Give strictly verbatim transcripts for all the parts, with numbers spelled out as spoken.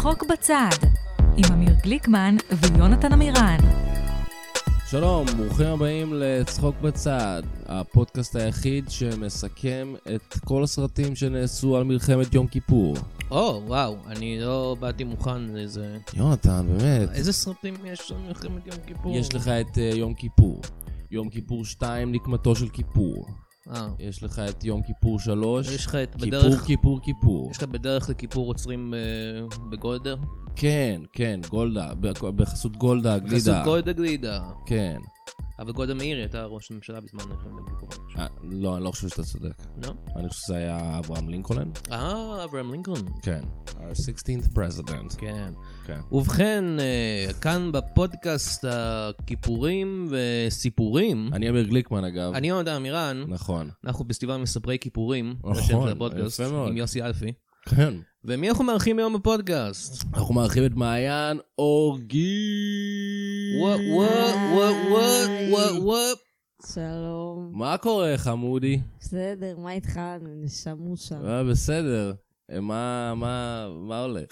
צחוק בצד, עם אמיר גליקמן ויונתן אמירן. שלום, ברוכים הבאים לצחוק בצד, הפודקאסט היחיד שמסכם את כל הסרטים שנעשו על מלחמת יום כיפור. או, וואו, אני לא באתי מוכן לזה. יונתן, באמת. איזה סרטים יש על מלחמת יום כיפור? יש לך את uh, יום כיפור. יום כיפור שתיים, נקמתו של כיפור. אה. יש לך את יום כיפור שלוש. יש לך את כיפור, בדרך... כיפור, כיפור. יש לך בדרך לכיפור עוצרים uh, בגולדר? כן, כן, גולדה, בחסות גולדה, גלידה. בחסות גולדה גלידה. כן. אבל גולדה מאיר הייתה ראש הממשלה בזמן מלחמת יום כיפור. אה, לא, אני לא חושב שאתה צודק. לא? אני חושב שזה היה אברהם לינקולן. אה, אברהם לינקולן. כן. our sixteenth president. כן. כן. ובכן, uh, כאן בפודקאסט הכיפורים וסיפורים. אני אמיר גליקמן אגב. אני יונתן אמירן. נכון. אנחנו בסטיבל מספרי כיפורים. נכון, הפודקאסט, יפה מאוד. עם יוסי אלפי. כן. ומי אנחנו מארחים היום בפודקאסט? אנחנו מארחים את מעיין אורגי. וואו, וואו, וואו, וואו, וואו. שלום. מה קורה חמודי? בסדר, מה איתך? נשמו שם. אה, בסדר. מה, מה, מה הולך?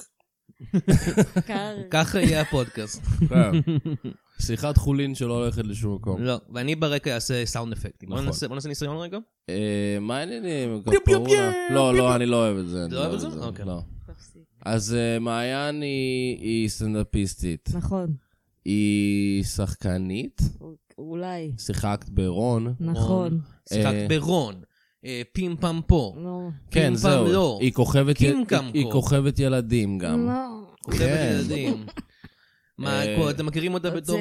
קר. ככה יהיה הפודקאסט. שיחת חולין שלא הולכת לשום מקום. לא, ואני ברקע אעשה סאונד אפקטים. בוא נעשה ניסיון רגע. מה העניינים? פיו פיו פיו. לא, לא, אני לא אוהב את זה. אתה לא אוהב את זה? אוקיי. לא. אז מעיין היא סטנדאפיסטית. נכון. היא שחקנית. אולי. שיחקת ברון. נכון. שיחקת ברון. פים פם פה. לא. כן, זהו. היא כוכבת היא כוכבת ילדים גם. לא. כוכבת ילדים. אתם מכירים אותה בתור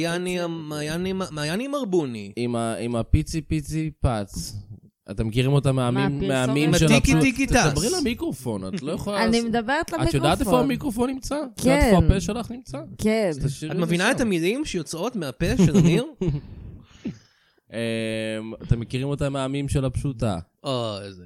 מעייני מרבוני. עם הפיצי פיצי פץ. אתם מכירים אותה מהמים של... טיקי טיקי טס. תדברי למיקרופון, את לא יכולה... אני מדברת למיקרופון. את יודעת איפה המיקרופון נמצא? את כן. יודעת איפה הפה שלך נמצא? כן. את מבינה את המילים שיוצאות מהפה של אמיר? אתם מכירים אותה מהמים של הפשוטה. או, איזה...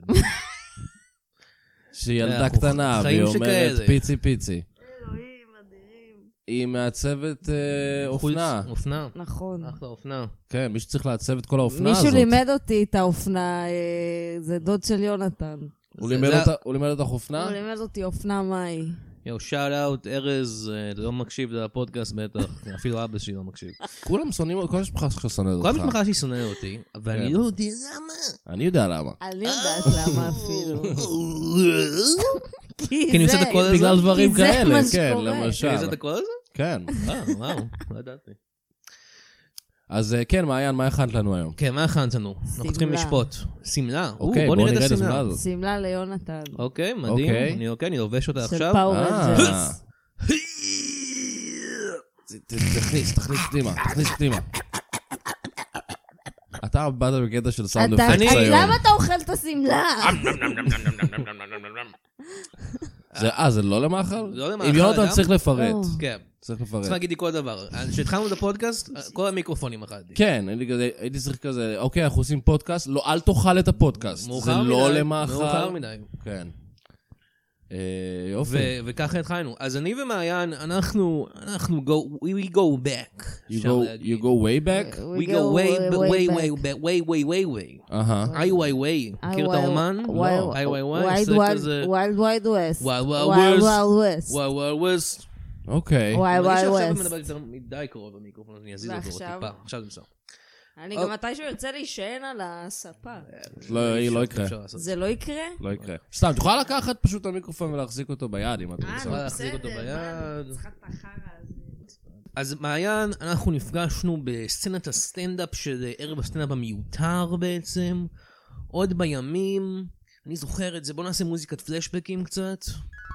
שהיא ילדה קטנה, והיא אומרת פיצי פיצי. אלוהים, אדירים. היא מעצבת אופנה. אופנה. נכון. אחלה אופנה. כן, מי שצריך לעצב את כל האופנה הזאת. מישהו לימד אותי את האופנה, זה דוד של יונתן. הוא לימד אותך אופנה? הוא לימד אותי אופנה מהי. יו, שאוט אאוט, ארז, אתה לא מקשיב לפודקאסט בטח, אפילו אבא שלי לא מקשיב. כולם שונאים, כל המשפחה שלך שונאת אותך. כל המשפחה שלי שונאת אותי, אבל אני לא יודע למה. אני יודע למה. אני יודעת למה אפילו. כי אני עושה את הקול הזה? בגלל דברים כאלה, כן, שקורה. למשל. כי אני עושה את הקול הזה? כן. אה, וואו, לא ידעתי. אז כן, מעיין, מה הכנת לנו היום? כן, מה הכנת לנו? אנחנו צריכים לשפוט. סמלה. אוקיי, בוא נראה את הסמלה הזאת. סמלה ליונתן. אוקיי, מדהים. אני אוקיי, אני לובש אותה עכשיו. של פאור רנג'רס. תכניס, תכניס פנימה, תכניס פנימה. אתה באת בקטע של סאונד אתה- אפקטס היום. למה אתה אוכל את הסמלה? זה- אה, זה לא למאכל? לא למאכל, אם יונתן אדם? צריך לפרט. כן. צריך לפרט. צריך להגיד לי כל דבר. כשהתחלנו את הפודקאסט, כל המיקרופונים אכלתי. כן, הייתי כזה- הייתי צריך כזה, אוקיי, אנחנו עושים פודקאסט, לא, אל תאכל את הפודקאסט. זה מאוחר לא מדי, למאכל. מאוחר מדי. כן. אה, יופי. ו- וככה התחלנו. אז אני ומעיין, אנחנו, אנחנו go, we go back. You אפשר go- להגיד. you go way back? We go way, way, way, way, way, way, way, way. אהה. איי וואי וואי. מכיר את האומן? וואי- איי וואי וואי. ווילד עושה ווילד כזה- ווילד ווילד ווסט. וואי וואי ווילד ווסט. ווילד ווסט. וואי וואי ווסט. אוקיי. וואי אני וואי חושב שעכשיו ווסט. מדבר יותר מדי קרוב במיקרופון, אז אני אזיז אותו ועכשיו? טיפה. עכשיו זה בסדר. אני גם מתישהו יוצא להישען על הספה. לא, היא לא יקרה. אפשר לעשות. זה לא יקרה? לא יקרה. סתם, תוכל לקחת פשוט את המיקרופון ולהחזיק אותו ביד אם את אה, רוצה. נו. נו, להחזיק אותו בסדר. ביד. מה, אני צריכה את החרא הזה. אז מעיין, אנחנו נפגשנו בסצנת הסטנדאפ של ערב הסטנדאפ המיותר בעצם. עוד בימים, אני זוכר את זה, בוא נעשה מוזיקת פלשבקים קצת.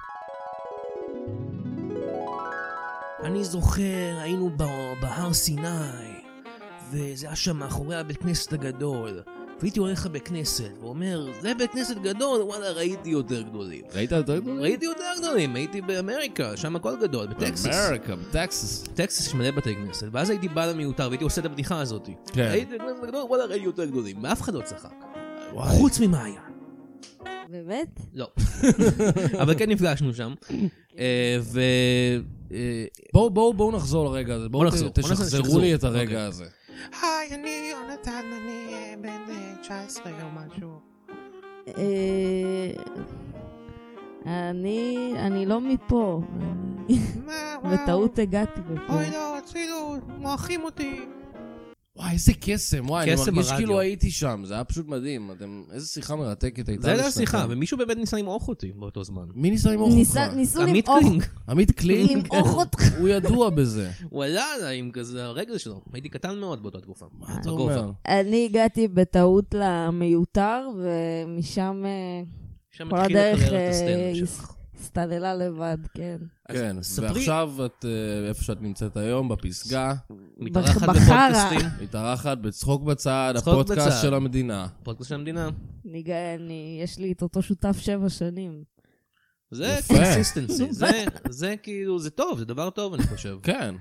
אני זוכר, היינו ב- בהר סיני, וזה היה שם מאחורי הבית כנסת הגדול. והייתי הולך לבית כנסת, ואומר, זה בית כנסת גדול, וואלה, ראיתי יותר גדולים. ראית יותר גדול? ראיתי יותר גדולים, הייתי באמריקה, שם הכל גדול, בטקסס. באמריקה, בטקסס. טקסס יש מלא בתי כנסת, ואז הייתי בא למיותר, והייתי עושה את הבדיחה הזאת. כן. ראיתי את הכנסת הגדול, וואלה, ראיתי יותר גדולים. ואף אחד לא צחק. וואי. חוץ ממעיין. באמת? לא. אבל כן נפגשנו שם. אה, ו... אה, בואו, בואו, בואו נחזור לרגע הזה. בואו נחזור. בוא נעשה תשחזרו שחזור. לי את הרגע אוקיי. הזה. היי, אני יונתן, אני אה, בן אה, תשע עשרה או משהו. אה, אני, אני לא מפה. מה, וואו. בטעות הגעתי לפה. אוי לא, הצילו, מועכים אותי. וואי, איזה קסם, וואי, אני קסם מרגיש הרדיו. כאילו הייתי שם, זה היה פשוט מדהים. אתם, איזה שיחה מרתקת הייתה. זה לא לשניכם. שיחה, ומישהו באמת ניסה למעוך אותי באותו זמן. מי ניסה למעוך אותך? ניסה- ניסו עמית למעוך. קלינג. עמית קלינג? למעוך אותך. הוא ידוע בזה. הוא עלה עליי עם כזה הרגל שלו. הייתי קטן מאוד באותה תקופה. מה אתה בגובה. אומר? אני הגעתי בטעות למיותר, ומשם אה, שם כל התחיל הדרך לקריירת אה, הסטנדאפ הס- שלך. הסתללה לבד, כן. כן, ספרי- ועכשיו את אה, איפה שאת נמצאת היום, בפסגה, מתארחת בחרא. בפודקאסטים. מתארחת בצחוק בצד, צחוק הפודקאסט בצד. של המדינה. פודקאסט של המדינה. אני, גא- אני, יש לי את אותו שותף שבע שנים. זה יפה. קונסיסטנסי. זה- זה כאילו, זה טוב, זה דבר טוב, אני חושב. כן.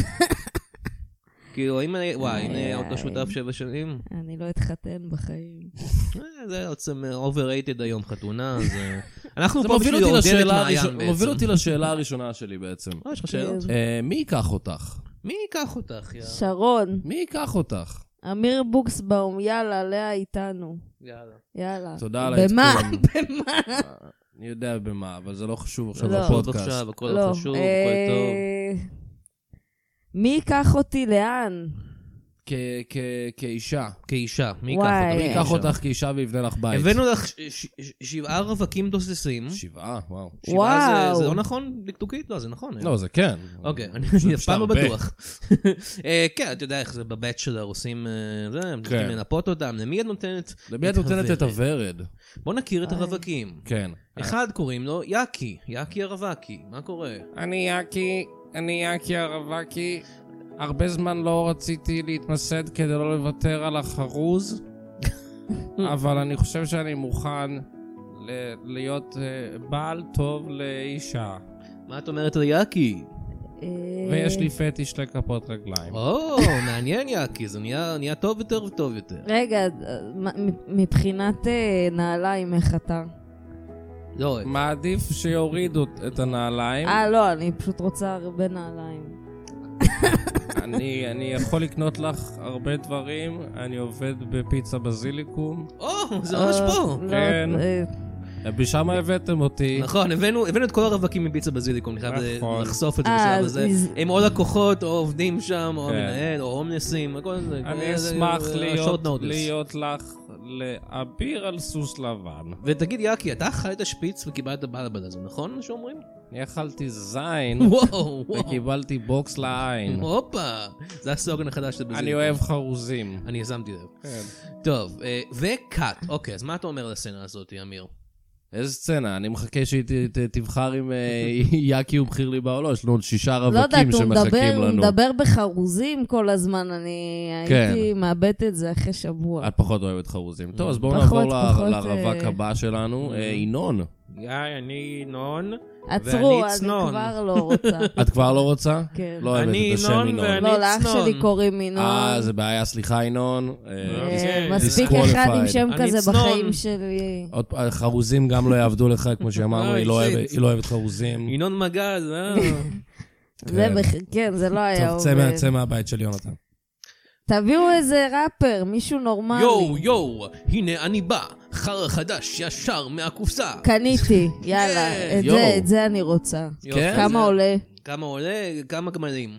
כאילו, אם אני, וואי, איי, הנה אותו איי. שותף שבע שנים. אני לא אתחתן בחיים. אה, זה בעצם overrated היום, חתונה, זה... אנחנו זה פה מוביל בשביל אותי לעודד את לשאלה מעיין הראשונה- בעצם. מוביל אותי לשאלה הראשונה שלי בעצם. אה, יש לך שאלות? אה, מי ייקח אותך? מי ייקח אותך, יא? שרון, מי ייקח אותך? אמיר בוקסבאום, יאללה, לאה איתנו. יאללה. יאללה. תודה על העדכון. במה? במה? אני יודע במה, אבל זה לא חשוב עכשיו לא. טוב בפודקאסט. עכשיו, הכל לא. חשוב, אה, הכל טוב. מי ייקח אותי לאן? כ- כ- כאישה. כאישה, מי ייקח וואי. אותך? מי ייקח כאישה? אותך כאישה ויבנה לך בית? הבאנו לך ש- ש- ש- שבעה רווקים תוססים. שבעה, וואו. שבעה זה- וואו. זה לא נכון דקדוקית? לא, זה נכון. לא, זה כן. אוקיי, אני פשוט אף פעם לא הרבה. בטוח. אה, כן, אתה יודע איך זה בבצ'לר עושים אה, זה, הם צריכים כן. לנפות אותם. למי את נותנת? למי את נותנת את הוורד? בוא נכיר את איי. הרווקים. כן. אחד קוראים לו יאקי, יאקי הרווקי. מה קורה? אני יאקי, אני יאקי הרווקי. הרבה זמן לא רציתי להתמסד כדי לא לוותר על החרוז, אבל אני חושב שאני מוכן ל- להיות אה, בעל טוב לאישה. מה את אומרת על יאקי? אה, ויש לי פטיש לכפות רגליים. או, מעניין יאקי, זה נהיה נהיה טוב יותר וטוב יותר. רגע, אה, מ- מבחינת אה, נעליים, איך אתה? לא, מעדיף שיורידו את הנעליים. אה, לא, אני פשוט רוצה הרבה נעליים. אני אני יכול לקנות לך הרבה דברים. אני עובד בפיצה בזיליקום. או, זה ממש אה, פה. לא, כן. אה, בשם הבאתם אותי. נכון, הבאנו הבאנו את כל הרווקים מפיצה בזיליקום, אני חייב נכון. לחשוף את זה אה, בשלב אז הזה. מז- הם או לקוחות, או עובדים שם, או כן. המנהל, או הומלסים, הכל זה. אני זה- אשמח זה- להיות, short notice. להיות לך לאביר על סוס לבן. ותגיד, יאקי, אתה אכלת שפיץ וקיבלת בלבל הזה, נכון מה שאומרים? אני אכלתי זין וואו, וואו. וקיבלתי בוקס לעין. הופה, זה הסלוגן החדש של בזיליקום. אני אוהב חרוזים. אני יזמתי לב. כן. טוב, אה, וקאט. אוקיי, אז מה אתה אומר לסצנה הזאת, אמיר? איזה סצנה? אני מחכה שהיא ת- ת- תבחר אם אה, יאקי הוא בחיר לי או לא. יש לנו עוד שישה לא יודעת, רווקים הוא מדבר, שמחכים הוא לנו. מדבר בחרוזים כל הזמן, אני כן. הייתי מאבדת את זה אחרי שבוע. את פחות אוהבת חרוזים. טוב, אז בואו פחות, נעבור ל- פחות, לרווק אה, הבא שלנו. אה, ינון. היי, אני ינון. עצרו, ואני אני צנון. כבר לא רוצה. את כבר לא רוצה? כן. לא אוהבת אני את השם ינון ינון. ואני- לא, לאח צנון. שלי קוראים ינון. אה, זה בעיה, סליחה ינון. אה, אה, אה, מספיק disqualified. אחד עם שם אני כזה צנון. בחיים שלי. עוד פעם, חרוזים גם לא יעבדו לך, כמו שאמרנו, אוי, היא לא שיט. אוהבת- היא לא אוהבת חרוזים. ינון מגז, אה? זה בח- כן, זה לא היה טוב, צא מה- עובד. צא מהבית של יונתן. תביאו איזה ראפר, מישהו נורמלי. יואו, יואו, הנה אני בא, חרא חדש, ישר מהקופסה. קניתי, יאללה, כן, את יואו. זה, את זה אני רוצה. יופי, כן? כמה זה- עולה? כמה עולה? כמה גמלים.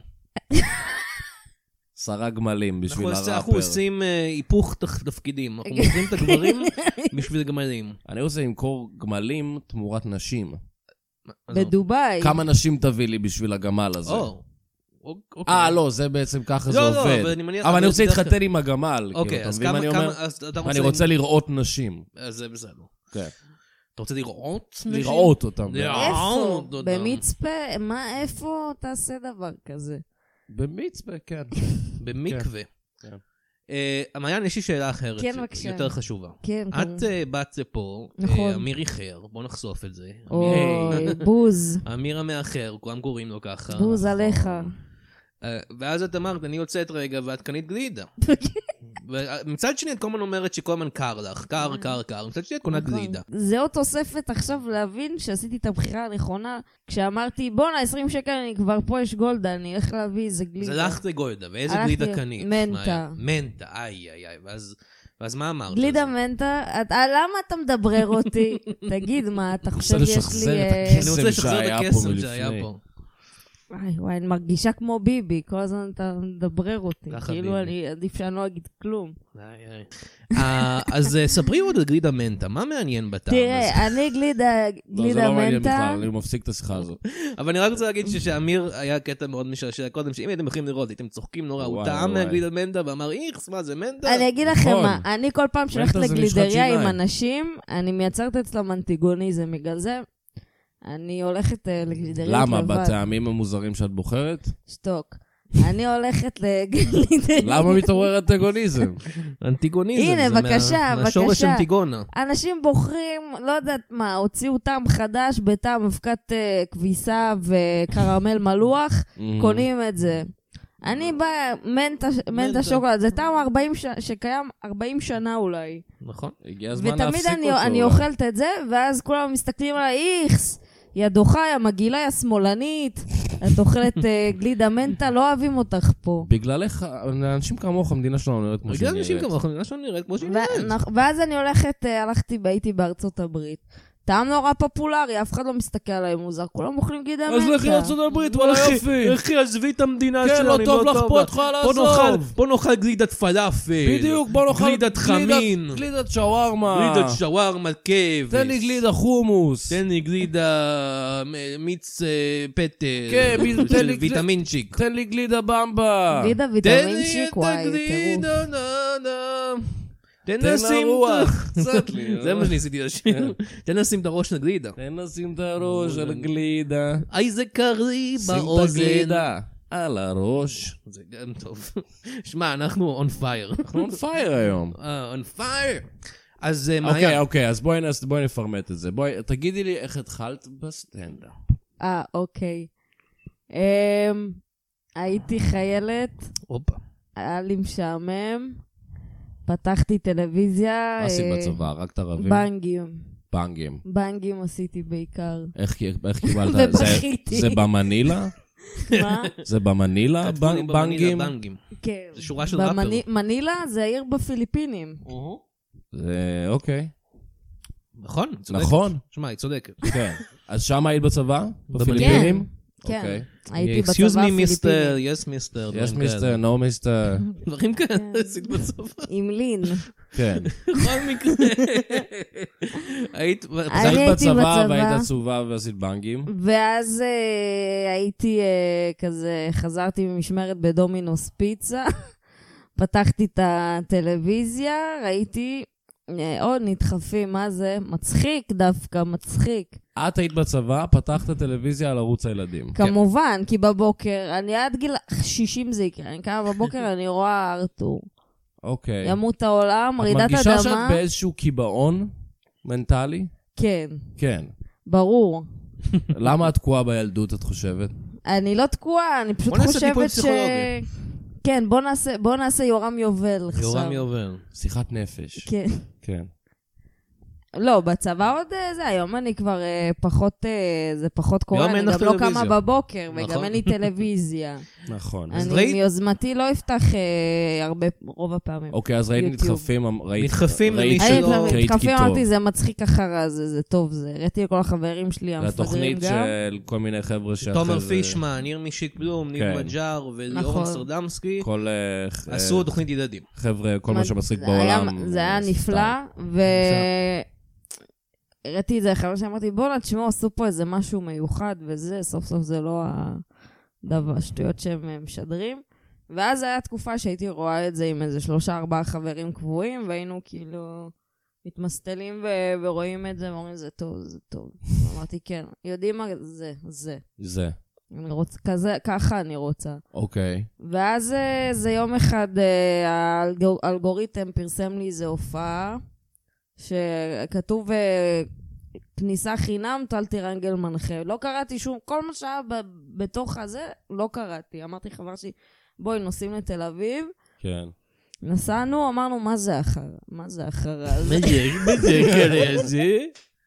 עשרה גמלים בשביל אנחנו הראפר. אנחנו עושים אה, היפוך תפ- תפקידים. אנחנו מוכרים את הגברים בשביל גמלים. אני רוצה למכור גמלים תמורת נשים. מה זה? בדובאי. כמה נשים תביא לי בשביל הגמל הזה? או, אוקיי. אה, לא, זה בעצם ככה זה לא, לא, עובד. אבל אני מניח- אבל אני אבל רוצה דווקא- להתחתן עם הגמל. כאילו, אוקיי, אתה אז מבין מה כמה, אני אומר? כמה, אז אתה רוצה... אני רוצה לראות נשים. אז זה בסדר. כן. אתה רוצה לראות? נשים? לראות אותם. לראות. איפה? תודה. במצפה? מה, איפה תעשה דבר כזה? במצפה, כן. במקווה. כן. אה, מעיין, יש לי שאלה אחרת. כן, בבקשה. יותר חשובה. כן, את אה, באת לפה, נכון. אה, אמיר איחר, בוא נחשוף את זה. אוי, בוז. אמיר המאחר, כולם קוראים לו ככה. בוז עליך. אה, ואז את אמרת, אני יוצאת רגע ואת קנית גלידה. מצד שני, את כל הזמן אומרת שכל הזמן קר לך, קר, קר, קר. מצד שני, את קונה נכון. גלידה. זה עוד תוספת עכשיו להבין שעשיתי את הבחירה הנכונה, כשאמרתי, בואנה, עשרים שקל, אני כבר פה יש גולדה, אני אלך להביא איזה אז גלידה. הלכת לגולדה, ואיזה הלכתי- גלידה קנית? מנטה. מה היה? מנטה, איי, איי, איי. ואז ואז מה אמרת? גלידה מנטה, אתה- למה אתה מדברר אותי? תגיד, מה, אתה חושב רוצה יש לשחזר לי... את אה, אני הקסם רוצה לשחזר שהיה את פה הקסם מלפני. שהיה פה. וואי, וואי, אני מרגישה כמו ביבי, כל הזמן אתה מדברר אותי. ככה כאילו, ביבי. אני עדיף שאני לא אגיד כלום. איי, איי. אה, אז אה, ספרי עוד על גלידה מנטה, מה מעניין בטעם הזה? תראה, אני גלידה לא, זה גלידה לא מעניין מנטה. בכלל, אני מפסיק את השיחה הזאת. אבל אני רק רוצה להגיד ששאמיר היה קטע מאוד משעשע קודם, שאם הייתם יכולים לראות, הייתם צוחקים נורא, הוא וואי, טעם וואי. מהגלידה מנטה ואמר, איכס, מה זה מנטה? אני אגיד לכם נכון. מה, אני כל פעם שהולכת מנטה זה לגלידריה משחת עם שיניים. אנשים, אני מייצרת אצלם אנטיגוניזם, בגלל זה אני הולכת אה, לגלידריה למה? לבד. בטעמים המוזרים שאת בוחרת? שתוק. אני הולכת לגלידריה. למה מתעורר אנטגוניזם? אנטיגוניזם. הנה, זה בבקשה, מה- מהשורש בבקשה. אנטיגונה. אנשים בוחרים, לא יודעת מה, הוציאו טעם חדש בטעם אבקת אה, כביסה וקרמל מלוח, קונים את זה. אני באה, מנטה, מנטה שוקולד, זה טעם ארבעים ש... שקיים ארבעים שנה אולי. נכון. הגיע הזמן ותמיד להפסיק אני, אותו. אני אוכלת את זה, ואז כולם מסתכלים עליי, איכס, יא דוחה, יא מגעילה, יא שמאלנית, את אוכלת אה, גלידה מנטה, לא אוהבים אותך פה. בגללך, אנשים כמוך, המדינה שלנו נראית כמו שהיא בגלל אנשים נראית. כמוך, המדינה שלנו נראית כמו שהיא ו- נראית. נכ- ואז אני הולכת, אה, הלכתי, הייתי בארצות הברית. טעם נורא פופולרי, אף אחד לא מסתכל עליי מוזר, כולם אוכלים גלידה מנטה. אז לכי לארצות הברית, וואלה יופי. אחי, עזבי את המדינה כן, שלנו. לא אם טוב לך פה, את לך. יכולה בוא נאכל- לעזוב. בוא נאכל גלידת פלאפל. בדיוק, בוא נאכל גלידת חמין. גלידת שווארמה. גלידת שווארמה כבש. תן לי גלידה חומוס. תן לי גלידה מ- מיץ אה, פטל. כן, מי- תן של לי גליד- ויטמינצ'יק. תן לי גלידה במבה. גלידה תן ויטמין לי שיק, את וואי, טירוף. הגלידה, נה, נה. תן תן לשים לרוח. את ה... קצת לי. זה מה שניסיתי לשיר. תן לשים את הראש לגלידה. תן לשים את הראש על הגלידה. איי זה קרי שים את באוזן. הגלידה על הראש. זה גם טוב. שמע, אנחנו on fire. אנחנו on fire היום. אה, on fire. אז אה, מה אוקיי, היה? אוקיי, אז בואי נס- בואי נפרמט את זה. בואי, תגידי לי איך התחלת בסטנדאפ. אה, אוקיי. אמ, הייתי חיילת, הופה. היה לי משעמם, פתחתי טלוויזיה. מה עשית אה, בצבא? רק את ערבים? בנגים. בנגים. בנגים עשיתי בעיקר. איך איך קיבלת? זה- ובכיתי. זה במנילה? מה? זה במנילה? טלפונים בנ- במנילה, בנגים? בנגים. כן. זה שורה של ראפר. במני- מנילה זה העיר בפיליפינים. זה אוקיי. נכון, היא צודקת. נכון. שמע, היא צודקת. כן. אז שם היית בצבא? בפיליפינים? בפיליפינים? כן. אוקיי. הייתי Excuse בצבא me, מיסטר, הפיליפיני. yes, מיסטר. יש דברים מיסטר, כאלה. נו מיסטר. דברים כאלה עשית בצבא. עם לין. כן. בכל מקרה. היית... אני היית הייתי בצבא בצבא. והיית עצובה ועשית בנגים. ואז אה, הייתי אה, כזה, חזרתי ממשמרת בדומינוס פיצה, פתחתי את הטלוויזיה, ראיתי אה, עוד נדחפים, מה זה? מצחיק דווקא, מצחיק. את היית בצבא, פתחת טלוויזיה על ערוץ הילדים. כמובן, כי בבוקר, אני עד גיל שישים זה יקרה, אני קמה בבוקר, אני רואה ארתור. אוקיי. ימות העולם, את רעידת מרגישה שאת אדמה. באיזשהו קיבעון מנטלי? כן, כן. ברור. למה את תקועה בילדות, את חושבת? אני לא תקועה, אני פשוט בוא נעשה טיפול חושבת ש... פסיכולוגי. כן, בוא נעשה, בוא נעשה יורם יובל עכשיו. יורם יובל. שיחת נפש. כן. כן. לא, בצבא עוד אה, זה, היום אני כבר אה, פחות, אה, זה פחות קורה, היום אני אין גם לך לא טלוויזיה. קמה בבוקר, וגם נכון. אין לי טלוויזיה. נכון. אז אני ראית? מיוזמתי לא אפתח אה, הרבה, רוב הפעמים. אוקיי, אז ראית יוטיוב. נדחפים, ראית... נדחפים ראית למי אני שלא- ראית מתקפים, כי טוב. אמרתי, זה מצחיק אחרה, זה זה טוב, זה. הראיתי לכל החברים שלי, זה המפגרים התוכנית גם. של כל מיני חבר'ה שאחרי תומר זה- פישמן, ירמי שיק בלום, ניב כן. מג'אר וליאור נכון. אמסטרדמסקי, כל אה, עשו אה, תוכנית ילדים. חבר'ה, כל מה שמצחיק זה היה- בעולם. זה היה אה, נפלא, ו... הראיתי את זה לחבר שאמרתי, בואו נתשמעו, עשו פה איזה משהו מיוחד וזה, סוף סוף זה לא הדבר, השטויות שהם משדרים. ואז היה תקופה שהייתי רואה את זה עם איזה שלושה ארבעה חברים קבועים, והיינו כאילו מתמסטלים ו- ורואים את זה, ואומרים, זה טוב, זה טוב. אמרתי, כן, יודעים מה זה, זה. זה. אני רוצה, כזה, ככה אני רוצה. אוקיי. ואז אה, זה יום אחד, אה, האלגור- האלגוריתם פרסם לי איזו הופעה, שכתוב אה, כניסה חינם, טל טירנגל מנחה. לא קראתי שום, כל מה שהיה ב- בתוך הזה, לא קראתי. אמרתי חבר שלי, בואי נוסעים לתל אביב. כן. נסענו, אמרנו, מה זה אחר? מה זה אחר? הזה? בדיוק כזה זה.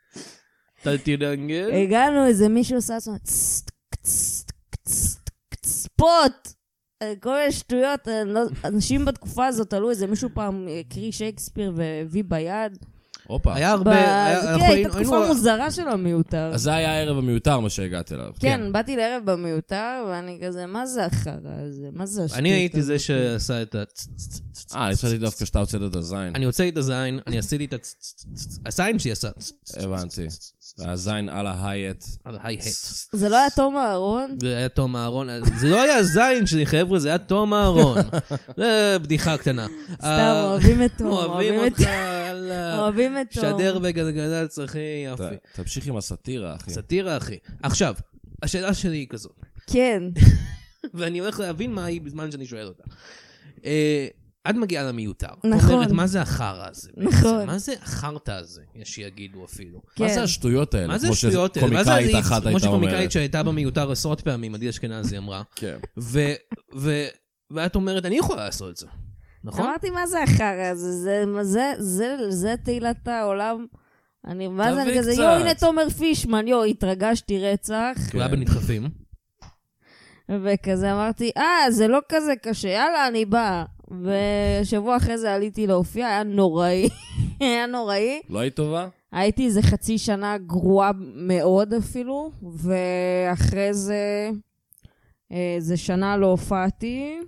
טל טירנגל. הגענו, איזה מישהו עושה עצמו, צט, קצט, קצט, קצט, ספוט! כל מיני שטויות, אנשים בתקופה הזאת עלו איזה מישהו פעם קריא שייקספיר והביא ביד. הופה. היה הרבה... כן, הייתה תקופה מוזרה של המיותר. אז זה היה הערב המיותר מה שהגעת אליו. כן, באתי לערב במיותר, ואני כזה, מה זה החרא הזה? מה זה השטות? אני הייתי זה שעשה את ה... אה, אני חשבתי דווקא שאתה הוצאת את הזין. אני הוצאתי את הזין, אני עשיתי את הזין שהיא עשה. הבנתי. והזין על ההייט. על ההייט. זה לא היה תום אהרון? זה היה תום אהרון. זה לא היה הזין שלי, חבר'ה, זה היה תום אהרון. זה בדיחה קטנה. סתם, אוהבים את תום. אוהבים אותך. אוהבים את תום. שדר בגלגלצ, אחי, יפי. תמשיך עם הסאטירה, אחי. סאטירה, אחי. עכשיו, השאלה שלי היא כזאת. כן. ואני הולך להבין מה היא בזמן שאני שואל אותה. את מגיעה למיותר. נכון. זאת אומרת, מה זה החרא הזה? נכון. מה זה החרטא הזה? יש שיגידו אפילו. מה זה השטויות האלה? מה זה השטויות האלה? כמו שקומיקאית אחת הייתה אומרת. כמו שקומיקאית שהייתה במיותר עשרות פעמים, עדי אשכנזי אמרה. כן. ואת אומרת, אני יכולה לעשות את זה. נכון? אמרתי, מה זה החרא הזה? זה תהילת העולם. אני, מה זה, אני כזה, יו, הנה תומר פישמן, יו, התרגשתי רצח. הוא היה בנדחפים. וכזה אמרתי, אה, זה לא כזה קשה, יאללה, אני באה. ושבוע אחרי זה עליתי להופיע, היה נוראי. היה נוראי. לא היית טובה? הייתי איזה חצי שנה גרועה מאוד אפילו, ואחרי זה, איזה שנה לא הופעתי,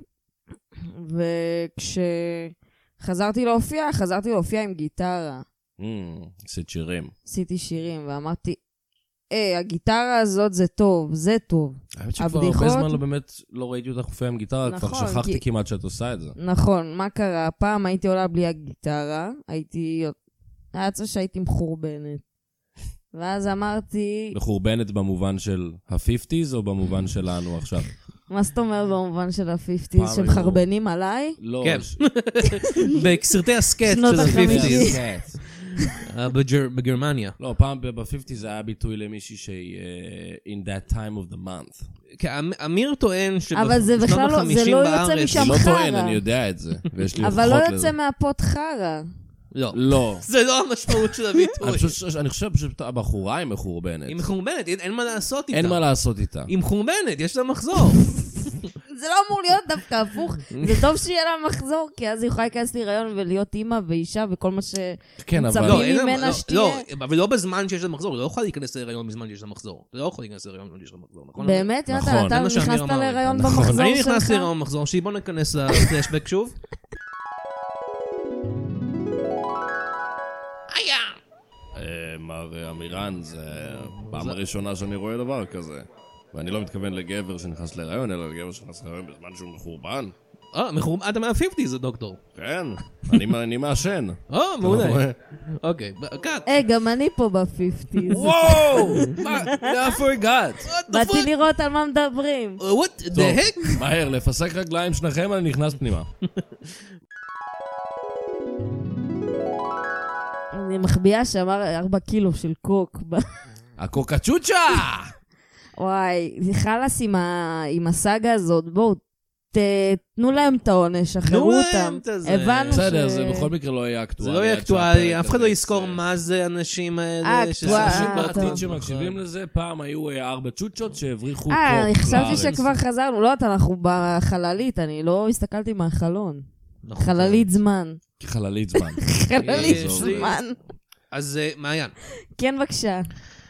וכשחזרתי להופיע, חזרתי להופיע עם גיטרה. עשית שירים. עשיתי שירים, ואמרתי, היי, הגיטרה הזאת זה טוב, זה טוב. האמת שכבר הרבה זמן לא באמת לא ראיתי אותך הופיע עם גיטרה, כבר שכחתי כמעט שאת עושה את זה. נכון, מה קרה? פעם הייתי עולה בלי הגיטרה, הייתי... היה יצא שהייתי מחורבנת. ואז אמרתי... מחורבנת במובן של ה-חמישים או במובן שלנו עכשיו? מה זאת אומרת במובן של ה-חמישים? שמחרבנים עליי? לא. כן. בסרטי הסקט של ה-חמישים. בגרמניה. לא, פעם ב-חמישים זה היה ביטוי למישהי שהיא in that time of the month. אמיר טוען שבשנות אבל זה בכלל לא, זה לא יוצא משם חרא. אני לא טוען, אני יודע את זה. אבל לא יוצא מהפות חרא. לא. לא. זה לא המשמעות של הביטוי. אני חושב פשוט הבחורה היא מחורבנת. היא מחורבנת, אין מה לעשות איתה. אין מה לעשות איתה. היא מחורבנת, יש לה מחזור. זה לא אמור להיות דווקא הפוך. זה טוב שיהיה לה מחזור, כי אז היא יכולה להיכנס להיריון ולהיות אימא ואישה וכל מה שמצפים ממנה שתהיה. לא, אבל לא בזמן שיש לה מחזור. היא לא יכולה להיכנס להיריון בזמן שיש לה מחזור. היא לא יכולה להיכנס להיריון בזמן שיש לה מחזור, נכון? באמת? יונתן, אתה נכנסת להיריון במחזור שלך? אני נכנס להיריון במחזור שלי. בוא ניכנס לפלשבק שוב. מר אמירן, זה פעם הראשונה שאני רואה דבר כזה. ואני לא מתכוון לגבר שנכנס להיריון, אלא לגבר שנכנס להיריון בזמן שהוא מחורבן. אה, מחורבן, אתה מה-חמישים זה דוקטור. כן, אני מעשן. אה, מעולה. אוקיי, קאט. אה, גם אני פה ב-חמישים. וואו! איפה הגעת? באתי לראות על מה מדברים. What the heck? מהר, לפסק רגליים שניכם, אני נכנס פנימה. אני מחביאה שאמר ארבע קילו של קוק. הקוקצ'וצ'ה! וואי, זה חלס עם הסאגה הזאת, בואו, תנו להם את העונש, שחררו אותם. הבנו ש... בסדר, זה בכל מקרה לא יהיה אקטואלי. זה לא יהיה אקטואלי, אף אחד לא יזכור מה זה האנשים האלה. אנשים בעתיד שמקשיבים לזה, פעם היו ארבע צ'וצ'ות שהבריחו קוק לארץ. אה, אני חשבתי לארץ. שכבר חזרנו, לא, אנחנו בחללית, אני לא הסתכלתי מהחלון. חללית זמן. חללית זמן. חללית זמן. אז מעיין. כן, בבקשה.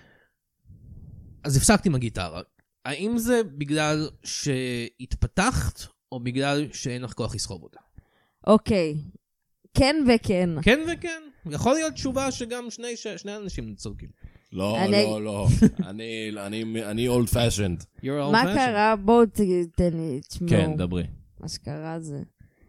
אז הפסקתי עם הגיטרה. האם זה בגלל שהתפתחת, או בגלל שאין לך כוח לסחוב אותה? אוקיי. כן וכן. כן וכן. יכול להיות תשובה שגם שני, שני אנשים צודקים. לא, לא, לא. אני old fashioned. מה קרה? בואו תתן לי, תשמעו. כן, דברי. מה שקרה זה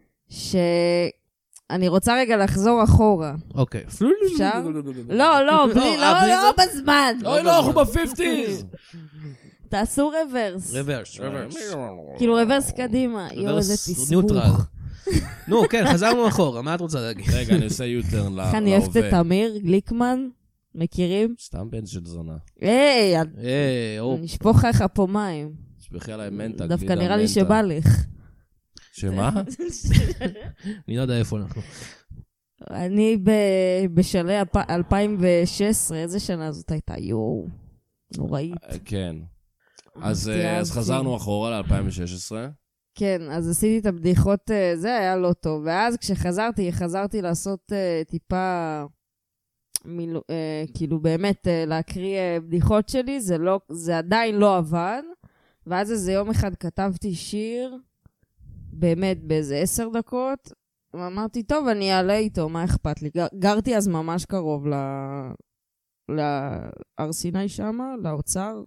שאני רוצה רגע לחזור אחורה. אוקיי. אפשר? לא, לא, בלי, לא, לא בזמן. לא, לא, אנחנו ב-חמישים. תעשו רוורס. רוורס, רוורס. כאילו רוורס קדימה. יו, איזה תסבוך. נו, כן, חזרנו אחורה. מה את רוצה להגיד? רגע, אני עושה יותר להווה. אני אוהבת את אמיר גליקמן. מכירים? סתם בן של זונה. היי, היי, אני אשפוך לך פה מים. תשפכי עליי מנטה. דווקא נראה לי שבא לך. שמה? אני לא יודע איפה אנחנו. אני בשלהי אלפיים ושש עשרה, איזה שנה זאת הייתה? יואו, נוראית. כן. אז חזרנו אחורה ל-אלפיים ושש עשרה. כן, אז עשיתי את הבדיחות, זה היה לא טוב. ואז כשחזרתי, חזרתי לעשות טיפה, מילו, כאילו באמת להקריא בדיחות שלי, זה, לא, זה עדיין לא עבד. ואז איזה יום אחד כתבתי שיר, באמת באיזה עשר דקות, ואמרתי, טוב, אני אעלה איתו, מה אכפת לי? גרתי אז ממש קרוב ל... להר סיני שמה, לאוצר.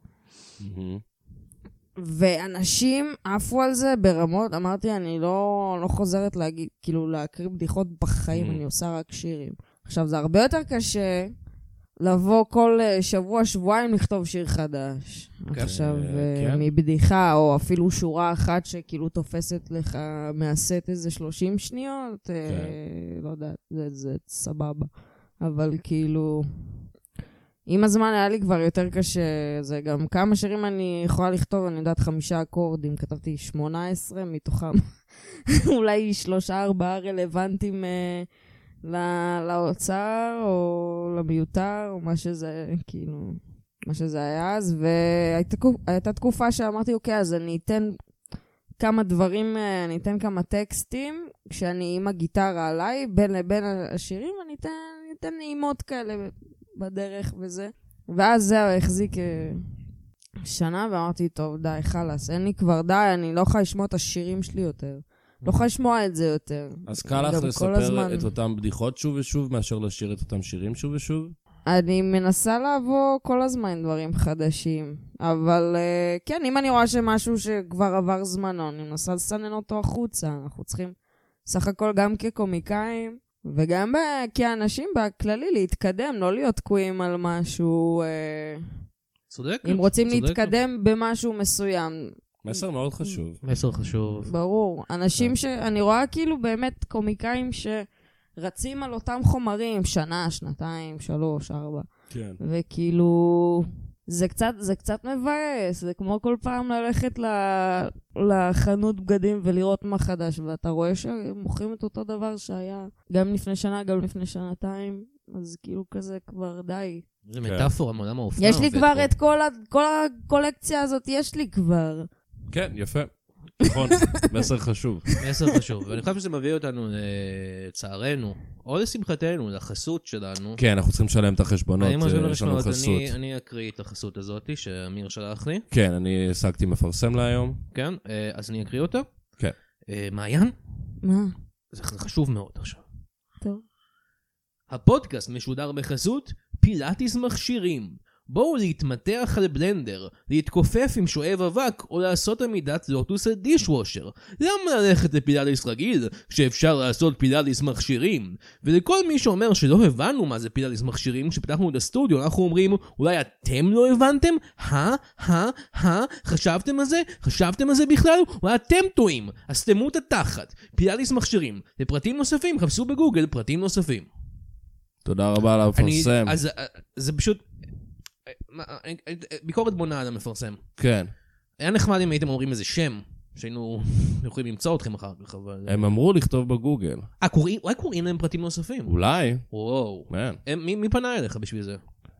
ואנשים עפו על זה ברמות, אמרתי, אני לא, לא חוזרת להגיד, כאילו להקריא בדיחות בחיים, אני עושה רק שירים. עכשיו, זה הרבה יותר קשה לבוא כל שבוע, שבועיים לכתוב שיר חדש. עכשיו, מבדיחה, או אפילו שורה אחת שכאילו תופסת לך מהסט איזה שלושים שניות, לא יודעת, זה סבבה. אבל כאילו, עם הזמן היה לי כבר יותר קשה, זה גם כמה שירים אני יכולה לכתוב, אני יודעת חמישה אקורדים, כתבתי שמונה עשרה, מתוכם אולי שלושה ארבעה רלוונטיים לאוצר, או למיותר, או מה שזה, כאילו, מה שזה היה אז, והייתה תקופה שאמרתי, אוקיי, אז אני אתן כמה דברים, אני אתן כמה טקסטים, כשאני עם הגיטרה עליי, בין לבין השירים, אני אתן, אני אתן נעימות כאלה בדרך וזה. ואז זהו, החזיק שנה, ואמרתי, טוב, די, חלס, אין לי כבר די, אני לא יכולה לשמוע את השירים שלי יותר. לא יכולה לשמוע את זה יותר. אז קל לך לספר את אותם בדיחות שוב ושוב, מאשר לשיר את אותם שירים שוב ושוב? אני מנסה לעבור כל הזמן דברים חדשים, אבל כן, אם אני רואה שמשהו שכבר עבר זמנו, אני מנסה לסנן אותו החוצה. אנחנו צריכים סך הכל גם כקומיקאים, וגם כאנשים בכללי להתקדם, לא להיות תקועים על משהו. צודק. אם רוצים להתקדם במשהו מסוים. מסר מאוד חשוב. מסר חשוב. ברור. אנשים שאני רואה כאילו באמת קומיקאים שרצים על אותם חומרים, שנה, שנתיים, שלוש, ארבע. כן. וכאילו, זה קצת, זה קצת מבאס. זה כמו כל פעם ללכת לחנות בגדים ולראות מה חדש, ואתה רואה שמוכרים את אותו דבר שהיה גם לפני שנה, גם לפני שנתיים. אז כאילו כזה כבר די. זה מטאפורה, מעולם האופנה. יש לי כבר את כל הקולקציה הזאת, יש לי כבר. כן, יפה. נכון, מסר חשוב. מסר חשוב, ואני חושב שזה מביא אותנו לצערנו, או לשמחתנו, לחסות שלנו. כן, אנחנו צריכים לשלם את החשבונות, יש לנו חסות. אני אקריא את החסות הזאת שאמיר שלח לי. כן, אני השגתי מפרסם להיום. כן, אז אני אקריא אותה. כן. מעיין? מה? זה חשוב מאוד עכשיו. טוב. הפודקאסט משודר בחסות פילאטיס מכשירים. בואו להתמתח על בלנדר, להתכופף עם שואב אבק או לעשות עמידת לוטוס על דישוושר. למה ללכת לפילאטיס רגיל שאפשר לעשות פילאטיס מכשירים? ולכל מי שאומר שלא הבנו מה זה פילאטיס מכשירים, כשפתחנו את הסטודיו אנחנו אומרים, אולי אתם לא הבנתם? הא? הא? הא? חשבתם על זה? חשבתם על זה בכלל? אולי אתם טועים. אז תמו את התחת. פילאטיס מכשירים. לפרטים נוספים חפשו בגוגל פרטים נוספים. תודה רבה על המפרסם. אז זה פשוט ביקורת בונה על המפרסם. כן. היה נחמד אם הייתם אומרים איזה שם, שהיינו יכולים למצוא אתכם אחר כך, אבל... הם אמרו לכתוב בגוגל. אה, אולי קוראים להם פרטים נוספים? אולי. וואו. מי פנה אליך בשביל זה?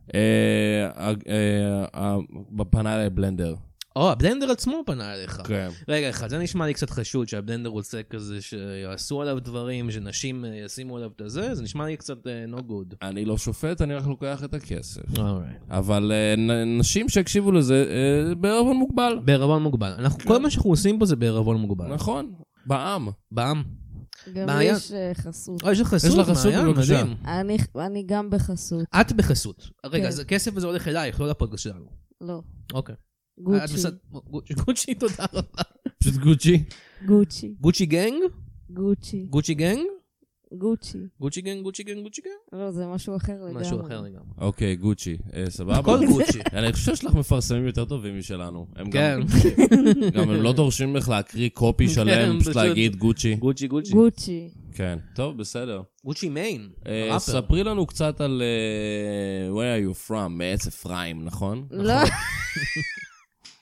פנה אליי בלנדר. או, הבלנדר עצמו פנה אליך. כן. רגע אחד, זה נשמע לי קצת חשוד שהבלנדר רוצה כזה שיעשו עליו דברים, שנשים ישימו עליו את זה, זה נשמע לי קצת no good. אני לא שופט, אני רק לוקח את הכסף. אבל נשים שהקשיבו לזה בערבון מוגבל. בערבון מוגבל. כל מה שאנחנו עושים פה זה בערבון מוגבל. נכון. בעם. בעם. גם יש חסות. יש לך חסות? יש לך חסות, בבקשה. אני גם בחסות. את בחסות. רגע, הכסף הזה הולך אלייך, לא לפודקאסט שלנו. לא. אוקיי. גוצ'י. גוצ'י, תודה רבה. פשוט גוצ'י? גוצ'י. גוצ'י גנג? גוצ'י. גוצ'י גנג? גוצ'י. גוצ'י גנג, גוצ'י גנג, גוצ'י גנג? לא, זה משהו אחר לגמרי. משהו אחר לגמרי. אוקיי, גוצ'י. סבבה? הכל גוצ'י. אני חושב שיש לך מפרסמים יותר טובים משלנו. כן. גם הם לא דורשים לך להקריא קופי שלם, פשוט להגיד גוצ'י. גוצ'י, גוצ'י. גוצ'י. כן, טוב, בסדר. גוצ'י מיין. ספרי לנו קצת על where are you from, מעץ אפרים, נכון? לא.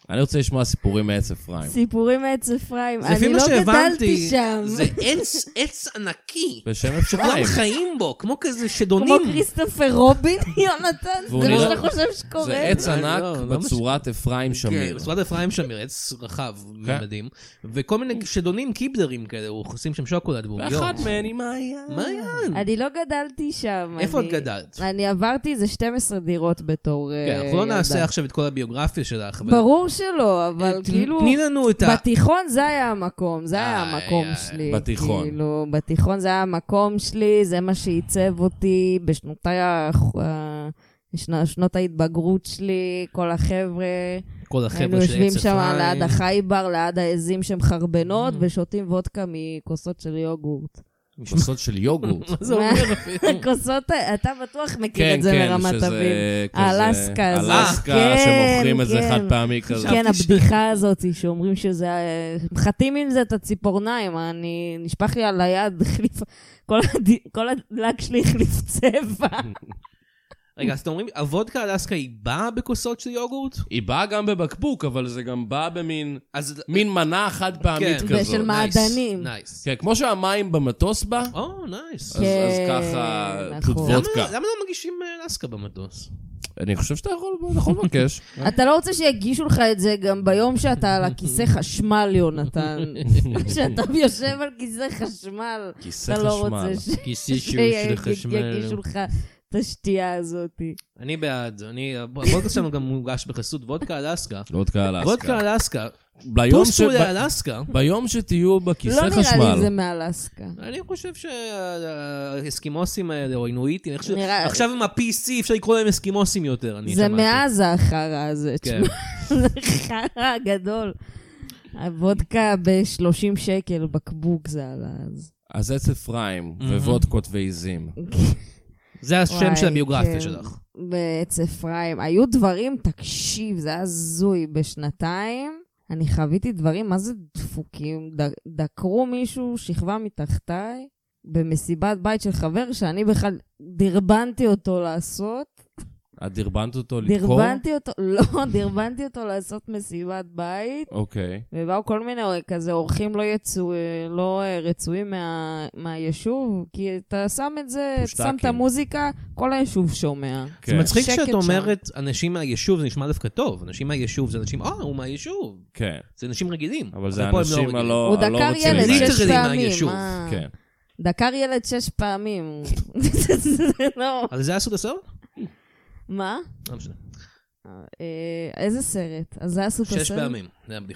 אני רוצה לשמוע סיפורים מעץ אפרים. סיפורים מעץ אפרים. זה לפי אני מה לא שהבנתי, גדלתי שם. זה עץ, עץ ענקי. בשם כולם אפרים. חיים בו, כמו כזה כמו שדונים. כריסטופר רובין, יונתן? והוא זה מה נראה- שאתה חושב שקורה? זה עץ לא, ענק לא, לא בצורת אפרים כן, שמיר. בצורת אפרים שמיר, עץ רחב, מדהים. וכל מיני שדונים קיבלרים כאלה, הוא עושים שם שוקולד ועוגיות. ואחת מהן היא מעיין. מעיין. אני לא גדלתי שם. איפה את אני- גדלת? אני עברתי איזה שתים עשרה דירות בתור כן, אה, אנחנו לא ילדה. נעשה עכשיו את כל הביוגרפיה שלך. אבל- ברור שלא, אבל ת- כאילו... תני לנו את ה... בתיכון זה היה המקום, זה היה איי, המקום איי, שלי. בתיכון. כאילו, בתיכון זה היה המקום שלי, זה מה שעיצב אותי בשנותיי, ה- ה- שנות- שנות ההתבגרות שלי, כל החבר'ה. כל היינו החבר'ה של יושבים עץ שם אפרים. ליד החייבר, ליד העזים שמחרבנות, Mm. ושותים וודקה מכוסות של יוגורט. כוסות של יוגורט. מה זה אומר אפילו? כוסות, אתה בטוח מכיר כן, את זה כן, מרמת שזה אביב. כזה... האלסקה הזאת. אלסקה, כן, שמוכרים את זה כן. חד פעמי כזה. כן, הבדיחה הזאת, שאומרים שזה... מחטאים עם זה את הציפורניים, אני... נשפך לי על היד, החליף... כל הד- כל הדלק שלי החליף צבע. רגע, אז אתם אומרים, הוודקה אלסקה היא באה בכוסות של יוגורט? היא באה גם בבקבוק, אבל זה גם בא במין אז... מין מנה חד פעמית כן. כזאת. ושל מעדנים. נייס. כן, כמו שהמים במטוס בא, או, נייס. אז כן, אז ככה פשוט נכון. וודקה. למה לא מגישים אה, אלסקה במטוס? אני חושב שאתה יכול אתה יכול לבקש. אתה לא רוצה שיגישו לך את זה גם ביום שאתה על הכיסא חשמל, יונתן. כשאתה יושב על כיסא חשמל, כיסא אתה לא חשמל. רוצה ש- כיסא של חשמל. שיגישו לך את השתייה הזאת. אני בעד. אני... הוודקה שלנו גם מוגש בחסות וודקה אלסקה. וודקה אלסקה. וודקה אלסקה. ביום טוסו שב- לאלסקה. ביום שתהיו בכיסא לא נראה לי חשמל. זה מאלסקה. אני חושב שהאסקימוסים האלה, או אינואיטים, איך ש- נראה- עכשיו עם ה-פי סי אפשר לקרוא להם אסקימוסים יותר, אני זה שמעתי. מעזה החרא הזה. כן. תשמע, זה חרא גדול. הוודקה ב-שלושים שקל, בקבוק זה עלה אז. אז עץ אפרים ווודקות ועיזים. זה השם וואי, של הביוגרפיה כן. שלך. בעץ אפרים. היו דברים, תקשיב, זה היה הזוי בשנתיים. אני חוויתי דברים, מה זה דפוקים? ד- דקרו מישהו, שכבה מתחתיי, במסיבת בית של חבר, שאני בכלל דרבנתי אותו לעשות. את דרבנת אותו לקרוא? דרבנתי אותו, לא, דרבנתי אותו לעשות מסיבת בית, אוקיי. ובאו כל מיני כזה אורחים לא יצאו, לא רצויים מה, מהיישוב, כי אתה שם את זה, פושטקים. שם את המוזיקה, כל היישוב שומע. זה כן. מצחיק שקט שאת שם. אומרת אנשים מהיישוב, זה נשמע דווקא טוב. אנשים מהיישוב זה אנשים, אה, הוא מהיישוב. כן. זה אנשים רגילים. אבל זה פה הם לא האנשים רגילים. הלא הוא הלא דקר רוצים ילד לזה. שש ליטרלי פעמים. מהיישוב. מה? כן. דקר ילד שש פעמים. זה לא... אז זה עשו את הסרט? מה? לא משנה. אה, איזה סרט? אז זה עשו את הסרט? שש פעמים, זה הבדיחה.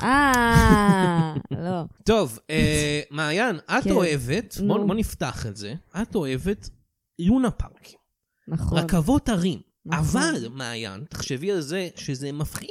אה, לא. טוב, אה, מעיין, את כן. אוהבת, בוא נו. בוא נפתח את זה, את אוהבת לונה פארקים, נכון. רכבות הרים. נכון. אבל, מעיין, תחשבי על זה שזה מפחיד.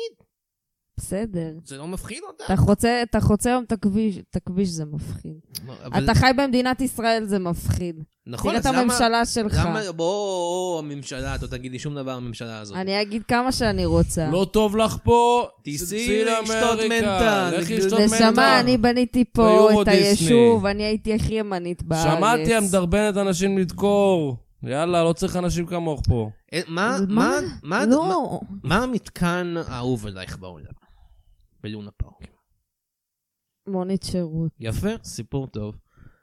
בסדר. זה לא מפחיד אותך. אתה חוצה, אתה חוצה היום את הכביש, את הכביש זה מפחיד. אבל- אתה חי במדינת ישראל זה מפחיד. נכון, תראה את אז למה- הממשלה שלך. למה, בוא, הממשלה, אתה תגיד לי שום דבר הממשלה הזאת. אני אגיד כמה שאני רוצה. לא טוב לך פה, תיסעי לאמריקה. לשתות מנטה. לכי לשתות מנטה. נשמה, אני בניתי פה ביורו את דיסני. היישוב, אני הייתי הכי ימנית בארץ. שמעתי המדרבנת אנשים לדקור. יאללה, לא צריך אנשים כמוך פה. אה, מה, מה? מה, מה, לא. מה המתקן האהוב עלייך בעולם? בלונה פארק. מונית שירות. יפה, סיפור טוב.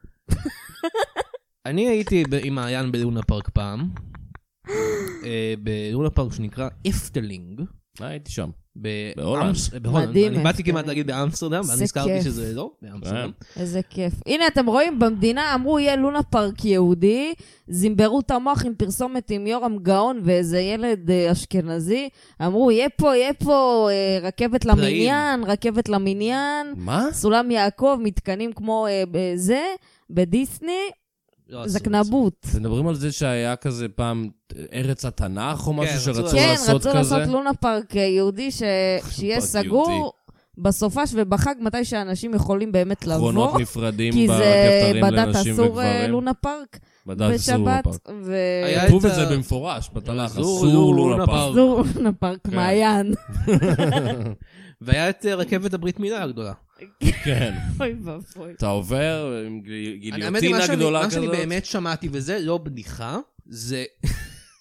אני הייתי ב- עם מעיין בלונה פארק פעם. אה, בלונה פארק שנקרא אפטלינג. אה, הייתי שם. ב- בהולנד. אמס- בהולנד. מדהים, אני באתי אפטלינג. כמעט להגיד באמסטרדם, ואני זה הזכרתי כיף. שזה לא באמסטרדם. איזה כיף. הנה, אתם רואים, במדינה אמרו, יהיה לונה פארק יהודי, זימברו את המוח עם פרסומת עם יורם גאון ואיזה ילד אה, אשכנזי. אמרו, יהיה פה, יהיה פה אה, רכבת למניין, רכבת למניין, מה? סולם יעקב, מתקנים כמו אה, זה, בדיסני, לא עשו את זקנבות. אתם מדברים על זה שהיה כזה פעם ארץ התנ"ך או משהו כן, רצו שרצו כן, לעשות רצו כזה? לעשות לונה פארק אה, יהודי ש- שיהיה פארק סגור יהודי. בסופש ובחג, מתי שאנשים יכולים באמת חרונות לבוא. נפרדים כי זה בכפתרים בדת לנשים אסור אה, וגברים. לונה פארק בדת אסור לונה בשבת, פארק. ו... היה כתוב את את זה ה- במפורש, בתנ"ך, אסור אסור לונה לונה פארק. אסור לונה פארק, כן. מעיין. והיה את אה, רכבת הברית מילה הגדולה. כן. אוי ואבוי. אתה עובר עם אני- האמת היא, גיליוטינה מה שאני- גדולה מה שאני כזאת. באמת שמעתי, וזה לא בדיחה, זה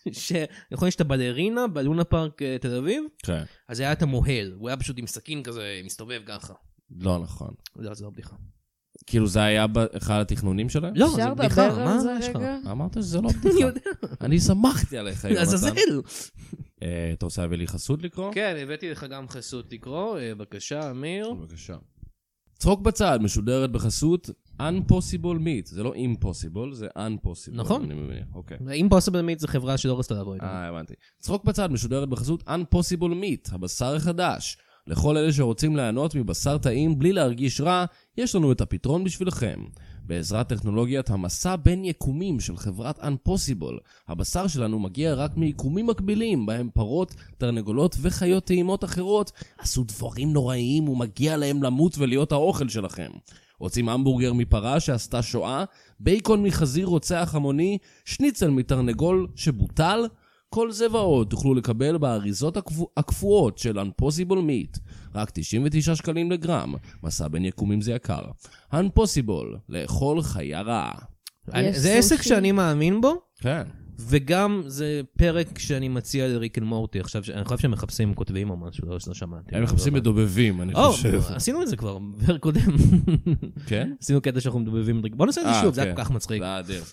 שנכון יש את הבלרינה בלונה פארק תל אביב, כן. אז היה את המוהל, הוא היה פשוט עם סכין כזה, מסתובב ככה. לא נכון. לא, זה לא בדיחה. כאילו זה היה באחד התכנונים שלהם? לא, זה אפשר בדיחה, לדבר על מה זה יש לך? רגע? אמרת שזה לא אני בדיחה. יודע. אני שמחתי עליך, יונתן. עזאזל. אה, אתה רוצה להביא לי חסות לקרוא? כן, הבאתי לך גם חסות לקרוא, בבקשה, אמיר. בבקשה. צחוק בצד משודרת בחסות Unpossible Meat. זה לא Impossible, זה Unpossible. נכון. אני מבין, אוקיי. Impossible Meat זה חברה שלא רצתה לבוא איתנו. אה, הבנתי. צחוק בצד משודרת בחסות Unpossible Meat, הבשר החדש. לכל אלה שרוצים ליהנות מבשר טעים בלי להרגיש רע, יש לנו את הפתרון בשבילכם. בעזרת טכנולוגיית המסע בין יקומים של חברת Unpossible, הבשר שלנו מגיע רק מיקומים מקבילים, בהם פרות, תרנגולות וחיות טעימות אחרות עשו דברים נוראיים ומגיע להם למות ולהיות האוכל שלכם. רוצים המבורגר מפרה שעשתה שואה, בייקון מחזיר רוצח המוני, שניצל מתרנגול שבוטל? כל זה ועוד תוכלו לקבל באריזות הקפוא, הקפואות של Unpossible Meat. רק תשעים ותשעה שקלים לגרם. מסע בין יקומים זה יקר. Unpossible, לאכול חיה רעה. אני- זה עסק שאני מאמין בו, כן. וגם זה פרק שאני מציע לריק אנד מורטי. עכשיו, אני חושב שהם מחפשים כותבים או משהו, לא לא שמעתי. הם מחפשים מדובבים, אני או, חושב. עשינו את זה כבר, בפרק קודם. כן? עשינו קטע שאנחנו מדובבים. בוא נעשה את זה אה, שוב, זה כן. היה כל כך מצחיק. זה היה אדיר.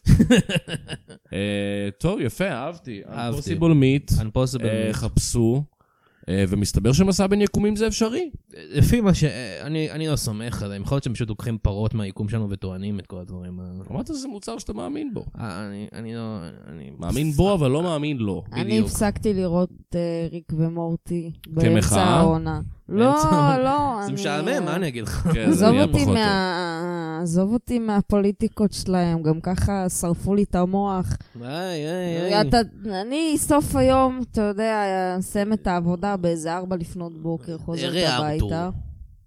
אה, טוב, יפה, אהבתי. אהבתי. Unpossible Meat. Unpossible אה, Meat. חפשו. אה, ומסתבר שמסע בין יקומים זה אפשרי. לפי מה ש... אני אני לא סומך עליהם, יכול להיות שהם פשוט לוקחים פרות מהיקום שלנו וטוענים את כל הדברים האלה. אמרת שזה מוצר שאתה מאמין בו. אה, אני אני לא... אני- מאמין בו, אבל לא מאמין לו. אני בדיוק. הפסקתי לראות אה, ריק ומורטי כמחאה? באמצע העונה. לא, באמצע- לא. זה אני- משעמם, מה אני אגיד לך? כן, זה עזוב נהיה אותי פחות טוב. מה... עזוב אותי מהפוליטיקות שלהם, גם ככה שרפו לי את המוח. איי, איי, איי. אתה, אני סוף היום, אתה יודע, אסיים את העבודה באיזה ארבע לפנות בוקר, חוזרת אראה הביתה. ארתור.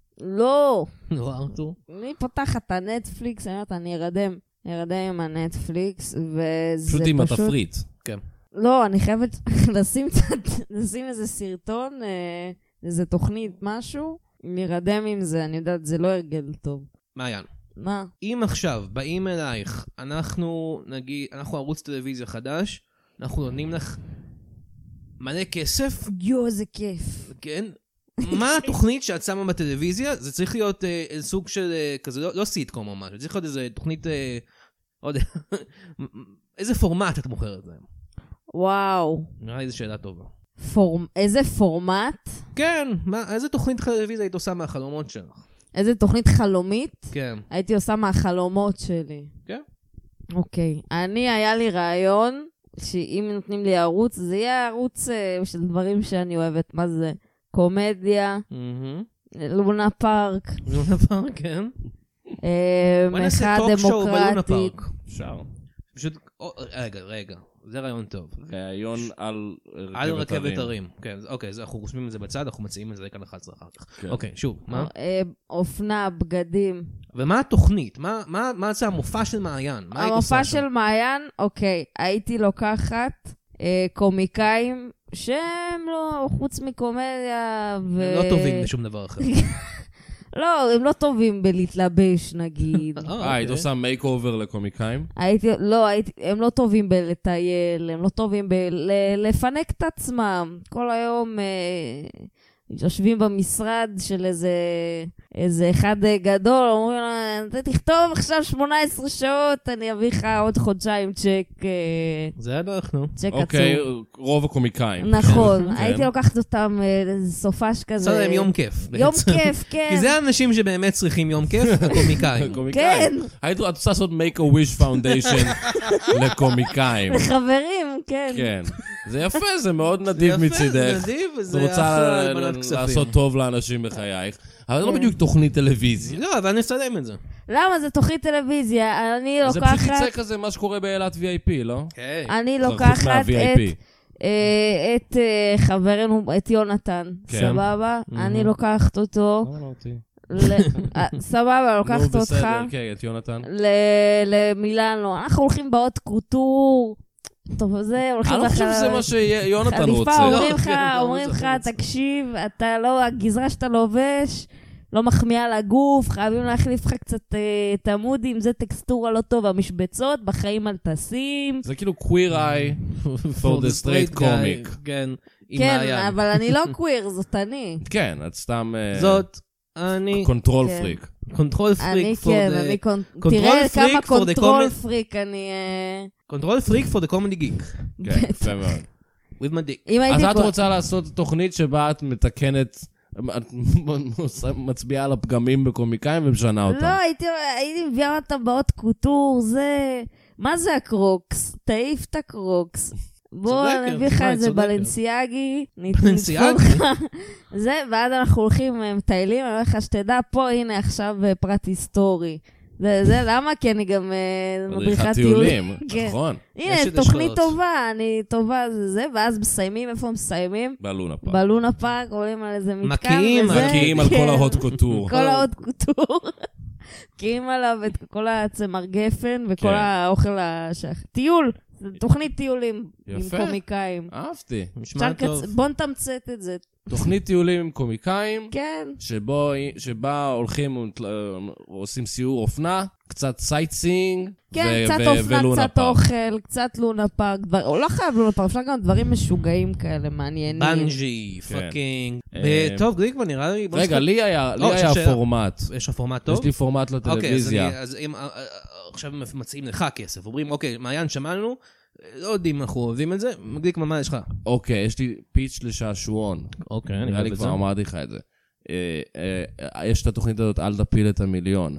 לא, לא, ארתור. אני פותחת את הנטפליקס, אני אומרת, אני ארדם, ארדם עם הנטפליקס, וזה פשוט פשוט... עם התפריט. לא, אני חייבת לשים, קצת- לשים איזה סרטון, אה, איזה תוכנית, משהו, להירדם עם זה, אני יודעת, זה לא הרגל טוב. מעיין. מה? אם עכשיו באים אלייך, אנחנו נגיד, אנחנו ערוץ טלוויזיה חדש, אנחנו נותנים לך מלא כסף, יו, איזה כיף. כן? מה התוכנית שאת שמה בטלוויזיה? זה צריך להיות אה, איזה סוג של אה, כזה, לא, לא סיטקום או משהו, זה צריך להיות איזה תוכנית, אה, לא יודע, איזה פורמט את מוכרת להם? וואו. נראה לי זו שאלה טובה. פורמ... איזה פורמט? כן, מה, איזה תוכנית טלוויזיה היית עושה מהחלומות שלך? איזה תוכנית חלומית? כן. הייתי עושה מהחלומות שלי. כן. אוקיי. אני, היה לי רעיון, שאם נותנים לי ערוץ, זה יהיה ערוץ uh, של דברים שאני אוהבת. מה זה? קומדיה, לונה פארק, לונה פארק, כן. אה, בוא נעשה מחאה טוק שואו בלונה דמוקרטית. פארק. אפשר. פשוט, או, רגע, רגע, זה רעיון טוב. ראיון על על רכבת רכבת הרים. הרים. כן, אוקיי, אז אנחנו רושמים את זה בצד, אנחנו מציעים את זה כאן אחת עשרה אחר כך. כן. אוקיי, שוב, מה? אה, אופנה, בגדים. ומה התוכנית? מה, מה, מה זה המופע של מעיין? מה היית עושה המופע שם? של מעיין, אוקיי, הייתי לוקחת אה, קומיקאים שהם לא, חוץ מקומדיה ו... הם לא טובים בשום דבר אחר. לא, הם לא טובים בלהתלבש, נגיד. אה, היית עושה מייק אובר לקומיקאים? הייתי, לא, הייתי, הם לא טובים בלטייל, הם לא טובים בלפנק את עצמם. כל היום אה, יושבים במשרד של איזה, איזה אחד גדול, אומרים לה, אתה תכתוב עכשיו שמונה עשרה שעות, אני אביא לך עוד חודשיים צ'ק, אה, זה אנחנו. צ'ק אוקיי, עצום. רוב הקומיקאים. נכון, כן. הייתי לוקחת אותם אה, לאיזה סופש כזה. עשה להם יום כיף. יום בעצם. כיף, כן. כי זה האנשים שבאמת צריכים יום כיף, הקומיקאים. קומיקאים. כן. היית את רוצה לעשות make a wish foundation לקומיקאים. לחברים, כן. כן. זה יפה, זה מאוד נדיב זה יפה, מצידך. זה נדיב, את וזה רוצה אחלה ל- הלבנת ל- כספים. לעשות טוב לאנשים בחייך. אבל זה לא כן. בדיוק תוכנית טלוויזיה. לא, אבל נצלם את זה. למה? זה תוכנית טלוויזיה. אני זה פשוט לוקחת... יצא כזה מה שקורה באילת וי איי פי, לא? אני חוץ לוקחת מה-וי איי פי. את, אה, את אה, חברנו, את יונתן, כן. סבבה? אני לוקחת אותו, למה לא אותי? ל- אה, סבבה, לוקחת נו, אותך בסדר, כן, את יונתן. ל- למילאנו. אנחנו הולכים בעוד קוטור, טוב, זה, הולכים אני לא חושב לך- שזה מה שיונתן רוצה. חליפה, אומרים לא, לך, כן, לא, אומרים זה לך, חלוץ. תקשיב, אתה לא, הגזרה שאתה לובש, לא מחמיאה לגוף, חייבים להחליף לך קצת אה, את המודים, זה טקסטורה לא טוב, המשבצות, בחיים אל תשים. זה כאילו queer eye for the straight comic. כן, עם כן, מעיין. אבל אני לא קוויר, זאת אני. כן, את סתם... אה, זאת, אני... קונטרול כן. פריק. קונטרול אני פריק for כן, the... אני קונ... control תראה freak כמה for the קונטרול comic- פריק אני... אה, קונטרול פריק for the comedy geek. כן, יפה מאוד. with my dick. אם הייתי אז את פה... רוצה לעשות תוכנית שבה את מתקנת, את מצביעה על הפגמים בקומיקאים ומשנה אותם. לא, הייתי, הייתי מביאה אותם באות קוטור, זה... מה זה הקרוקס? תעיף את הקרוקס. בוא צודקת, נביא לך תשמע, את זה צודקת. בלנסיאגי, בלנסיאגי? נתפור לך. זה, ואז אנחנו הולכים, אה, מטיילים, אני אומר לך שתדע, פה הנה עכשיו אה, פרט היסטורי. זה, זה למה? כי אני גם אה, מדריכת מדריכת טיולים. טיולים, כן. נכון. הנה, יש את תוכנית השקעות. טובה, אני טובה, זה זה, ואז מסיימים, איפה מסיימים? בלונה פארק. בלונה פארק, עולים על איזה מתקן, מקיאים, וזה. מקיאים על כן. כל ההוט קוטור. כל ההוד קוטור. מקיאים עליו את כל הצמר גפן וכל כן. האוכל השייך. טיול, זה תוכנית טיולים עם יפה. קומיקאים. אהבתי. נשמע אפשר טוב. קצ... בוא נתמצת את זה. תוכנית טיולים עם קומיקאים, כן. שבו, שבה הולכים, עושים סיור אופנה, קצת סייטסינג, כן, ו- קצת ו- אופנה, ולונה קצת פארק. אוכל, קצת לונה פארק. דבר... או לא חייב לונה פארק, אפשר גם דברים משוגעים כאלה, מעניינים. בנג'י, כן. פאקינג. אה, טוב, גליקמן, נראה לי... בוא רגע, נשחק- לי היה לי או, היה שאלה. פורמט. יש לך פורמט טוב? יש לי פורמט אוקיי, אז לטלוויזיה. אני- אז אם אה, אה, עכשיו מציעים לך כסף, אומרים, אוקיי, מעיין, שמענו, לא יודעים אם אנחנו אוהבים את זה, גליקמן, מה יש לך? אוקיי, יש לי פיץ' לשעשועון. אוקיי, נראה לי כבר אמרתי לך את זה. אה, אה, יש את התוכנית הזאת, אל תפיל את המיליון.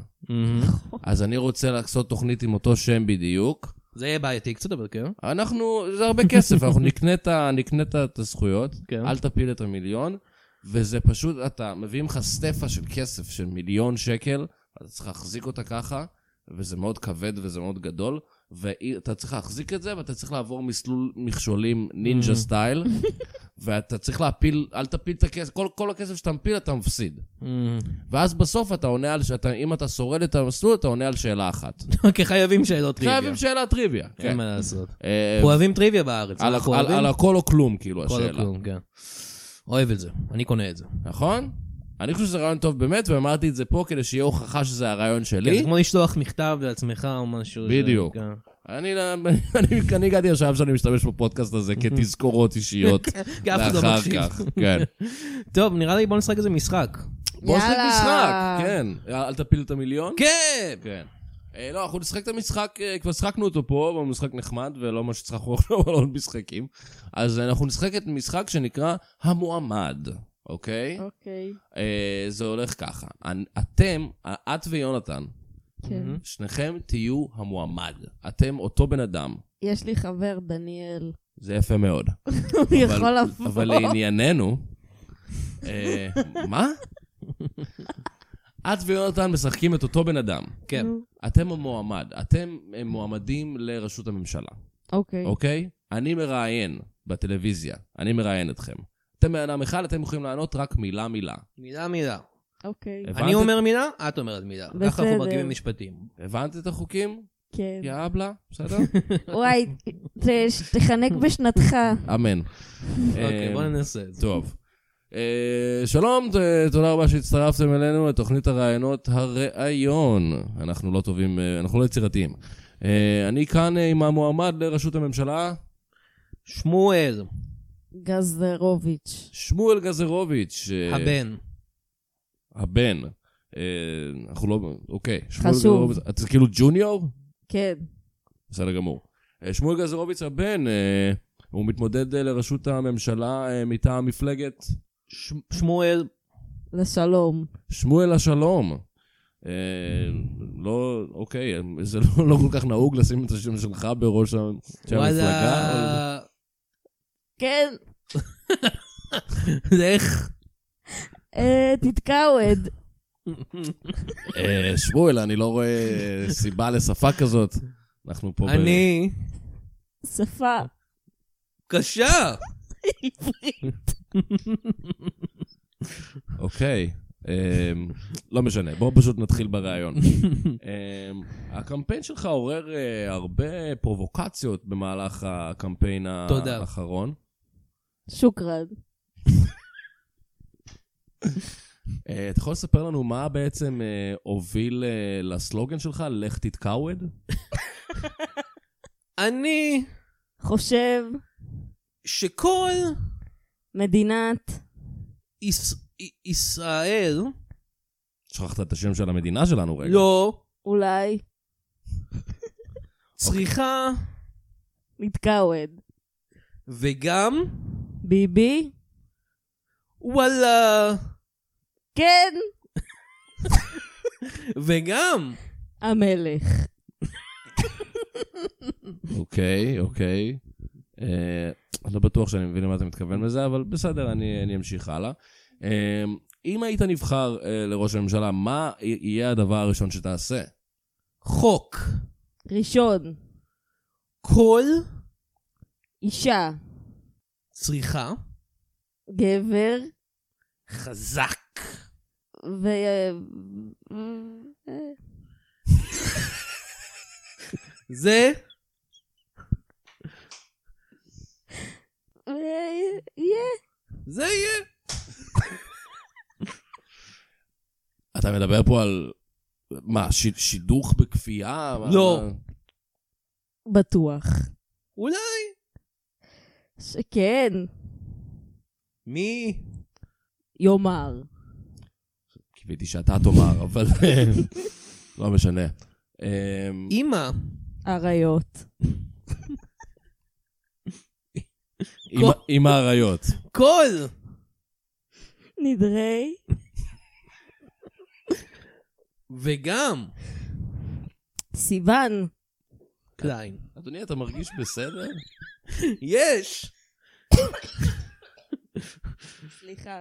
אז אני רוצה לעשות תוכנית עם אותו שם בדיוק. זה יהיה בעייתי קצת, אבל כן. אנחנו, זה הרבה כסף, אנחנו נקנה את ה- נקנה את הזכויות, כן. אל תפיל את המיליון, וזה פשוט, אתה מביאים לך סטפה של כסף של מיליון שקל, אתה צריך להחזיק אותה ככה, וזה מאוד כבד וזה מאוד גדול, ואתה צריך להחזיק את זה, ואתה צריך לעבור מסלול מכשולים נינג'ה סטייל, ואתה צריך להפיל, אל תפיל את הכסף, כל, כל הכסף שאתה מפיל אתה מפסיד. ואז בסוף אתה עונה על, שאתה, אם אתה שורד את המסלול, אתה עונה על שאלה אחת. אוקיי, חייבים שאלות טריוויה. חייבים שאלה טריוויה. אין כן. מה לעשות. אה, אנחנו אוהבים טריוויה בארץ. על, אנחנו על, אוהבים על הכל או כלום, כאילו, כל השאלה. הכלום, כן. אוהב את זה, אני קונה את זה. נכון? אני חושב שזה רעיון טוב באמת, ואמרתי את זה פה כדי שיהיה הוכחה שזה הרעיון כן, שלי. זה כמו לשלוח מכתב לעצמך או משהו. בדיוק. זה- כן. אני, אני, אני הגעתי עכשיו שאני משתמש בפודקאסט הזה כתזכורות אישיות. כי אף אחד לא לאחר מקשיב. כך, כן. טוב, נראה לי בוא נשחק איזה משחק. בוא נשחק יאללה. משחק, כן. אל תפיל את המיליון. כן! כן. אה, לא, אנחנו נשחק את המשחק, אה, כבר שחקנו אותו פה, אבל הוא משחק נחמד, ולא מה שצריכו לחשוב על עוד משחקים. אז אנחנו נשחק את משחק שנקרא המועמד, אוקיי? אוקיי. אה, זה הולך ככה. אנ- אתם, את ויונתן, כן. שניכם תהיו המועמד. אתם אותו בן אדם. יש לי חבר, דניאל. זה יפה מאוד. הוא יכול אבל- לבוא. אבל לענייננו, אה, מה? את ויונתן משחקים את אותו בן אדם. כן. נו, אתם המועמד. אתם אה, מועמדים לראשות הממשלה, אוקיי. אוקיי? אני מראיין בטלוויזיה. אני מראיין אתכם. אתם בן אדם אחד, אתם יכולים לענות רק מילה מילה. מילה מילה. אוקיי. הבנת? אני אומר מילה, את אומרת מילה. ככה אנחנו בסדר. מרכיבים משפטים. הבנת את החוקים? כן. יא אבלה? בסדר? וואי, ת- תחנק בשנתך. אמן. אוקיי, אה, בוא ננסה את זה. טוב. אה, שלום, ת- תודה רבה שהצטרפתם אלינו לתוכנית הראיונות הראיון. אנחנו לא טובים, אה, אנחנו לא יצירתיים. אה, אני כאן אה, עם המועמד לראשות הממשלה, שמואל, גזרוביץ'. שמואל גזרוביץ'. אה, הבן. הבן. אה, אנחנו לא... אוקיי. שמואל חשוב. גזרוביץ'. אתה כאילו ג'וניור? כן. בסדר גמור. אה, שמואל גזרוביץ' הבן, אה, הוא מתמודד אה, לראשות הממשלה אה, מטעם מפלגת ש- שמואל, לשלום. שמואל השלום. אה, לא, אוקיי, זה לא, לא כל כך נהוג לשים את השם שלך בראש ה- של המפלגה. וואלה, כן. זה איך? אה, תתקע אוהד. אה, שמואל, אני לא רואה סיבה לשפה כזאת. אנחנו פה ב... אני... שפה. קשה! אוקיי. אה, לא משנה, בואו פשוט נתחיל ברעיון. אה, הקמפיין שלך עורר אה, הרבה פרובוקציות במהלך הקמפיין תודה. האחרון. שוקרד. אה, אתה יכול לספר לנו מה בעצם אה, הוביל אה, לסלוגן שלך, לך תתקעווד? אני חושב שכל מדינת יש... ישראל... שכחת את השם של המדינה שלנו רגע. לא. אולי צריכה מתקעווד. וגם ביבי? וואלה. כן. וגם המלך. אוקיי, אוקיי. אה, לא בטוח שאני מבין למה אתה מתכוון בזה, אבל בסדר, אני, אני אמשיך הלאה. אה, אם היית נבחר אה, לראש הממשלה, מה יהיה הדבר הראשון שתעשה? חוק. ראשון. כל אישה. צריכה גבר. חזק. ו... זה יהיה. זה יהיה. אתה מדבר פה על... מה, ש... שידוך בכפייה? לא. מה... בטוח. אולי. שכן. מי? יומר. קיוויתי שאתה תאמר, אבל לא משנה. אמא. אריות. עם האריות. כל. נדרי. וגם סיוון. קליין. אדוני, אתה מרגיש בסדר? יש. סליחה.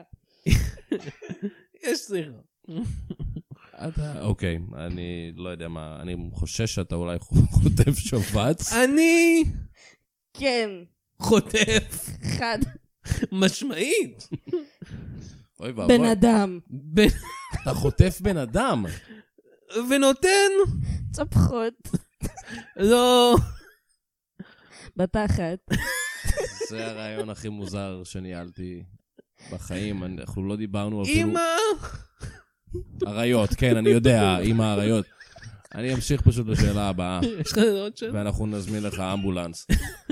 יש סליחה. אתה, אוקיי, אני לא יודע מה, אני חושש שאתה אולי חוטף שבץ. אני כן. חוטף. חד. משמעית. אוי ואבוי. בן אדם. בן... אתה חוטף בן אדם. ונותן. צפחות. לא. בתחת. זה הרעיון הכי מוזר שניהלתי בחיים. אנחנו לא דיברנו אפילו... אמא. אריות, כן, אני יודע, אמא אריות. אני אמשיך פשוט לשאלה הבאה. יש לך עוד שאלה? ואנחנו נזמין לך אמבולנס.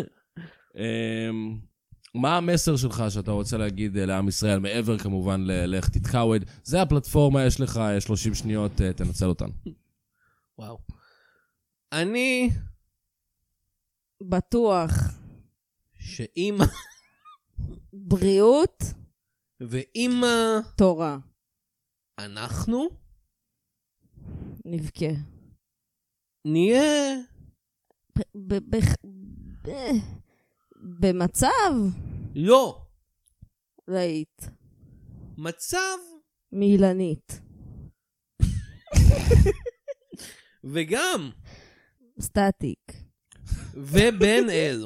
מה המסר שלך שאתה רוצה להגיד לעם ישראל, מעבר כמובן ללך תתקעווד? זה הפלטפורמה, יש לך שלושים שניות, תנצל אותן. וואו. אני בטוח. שאמא בריאות. ואמא תורה. אנחנו נבכה. נהיה ב- ב- ב- במצב לא ראית. מצב מילנית. וגם סטטיק. ובן אל.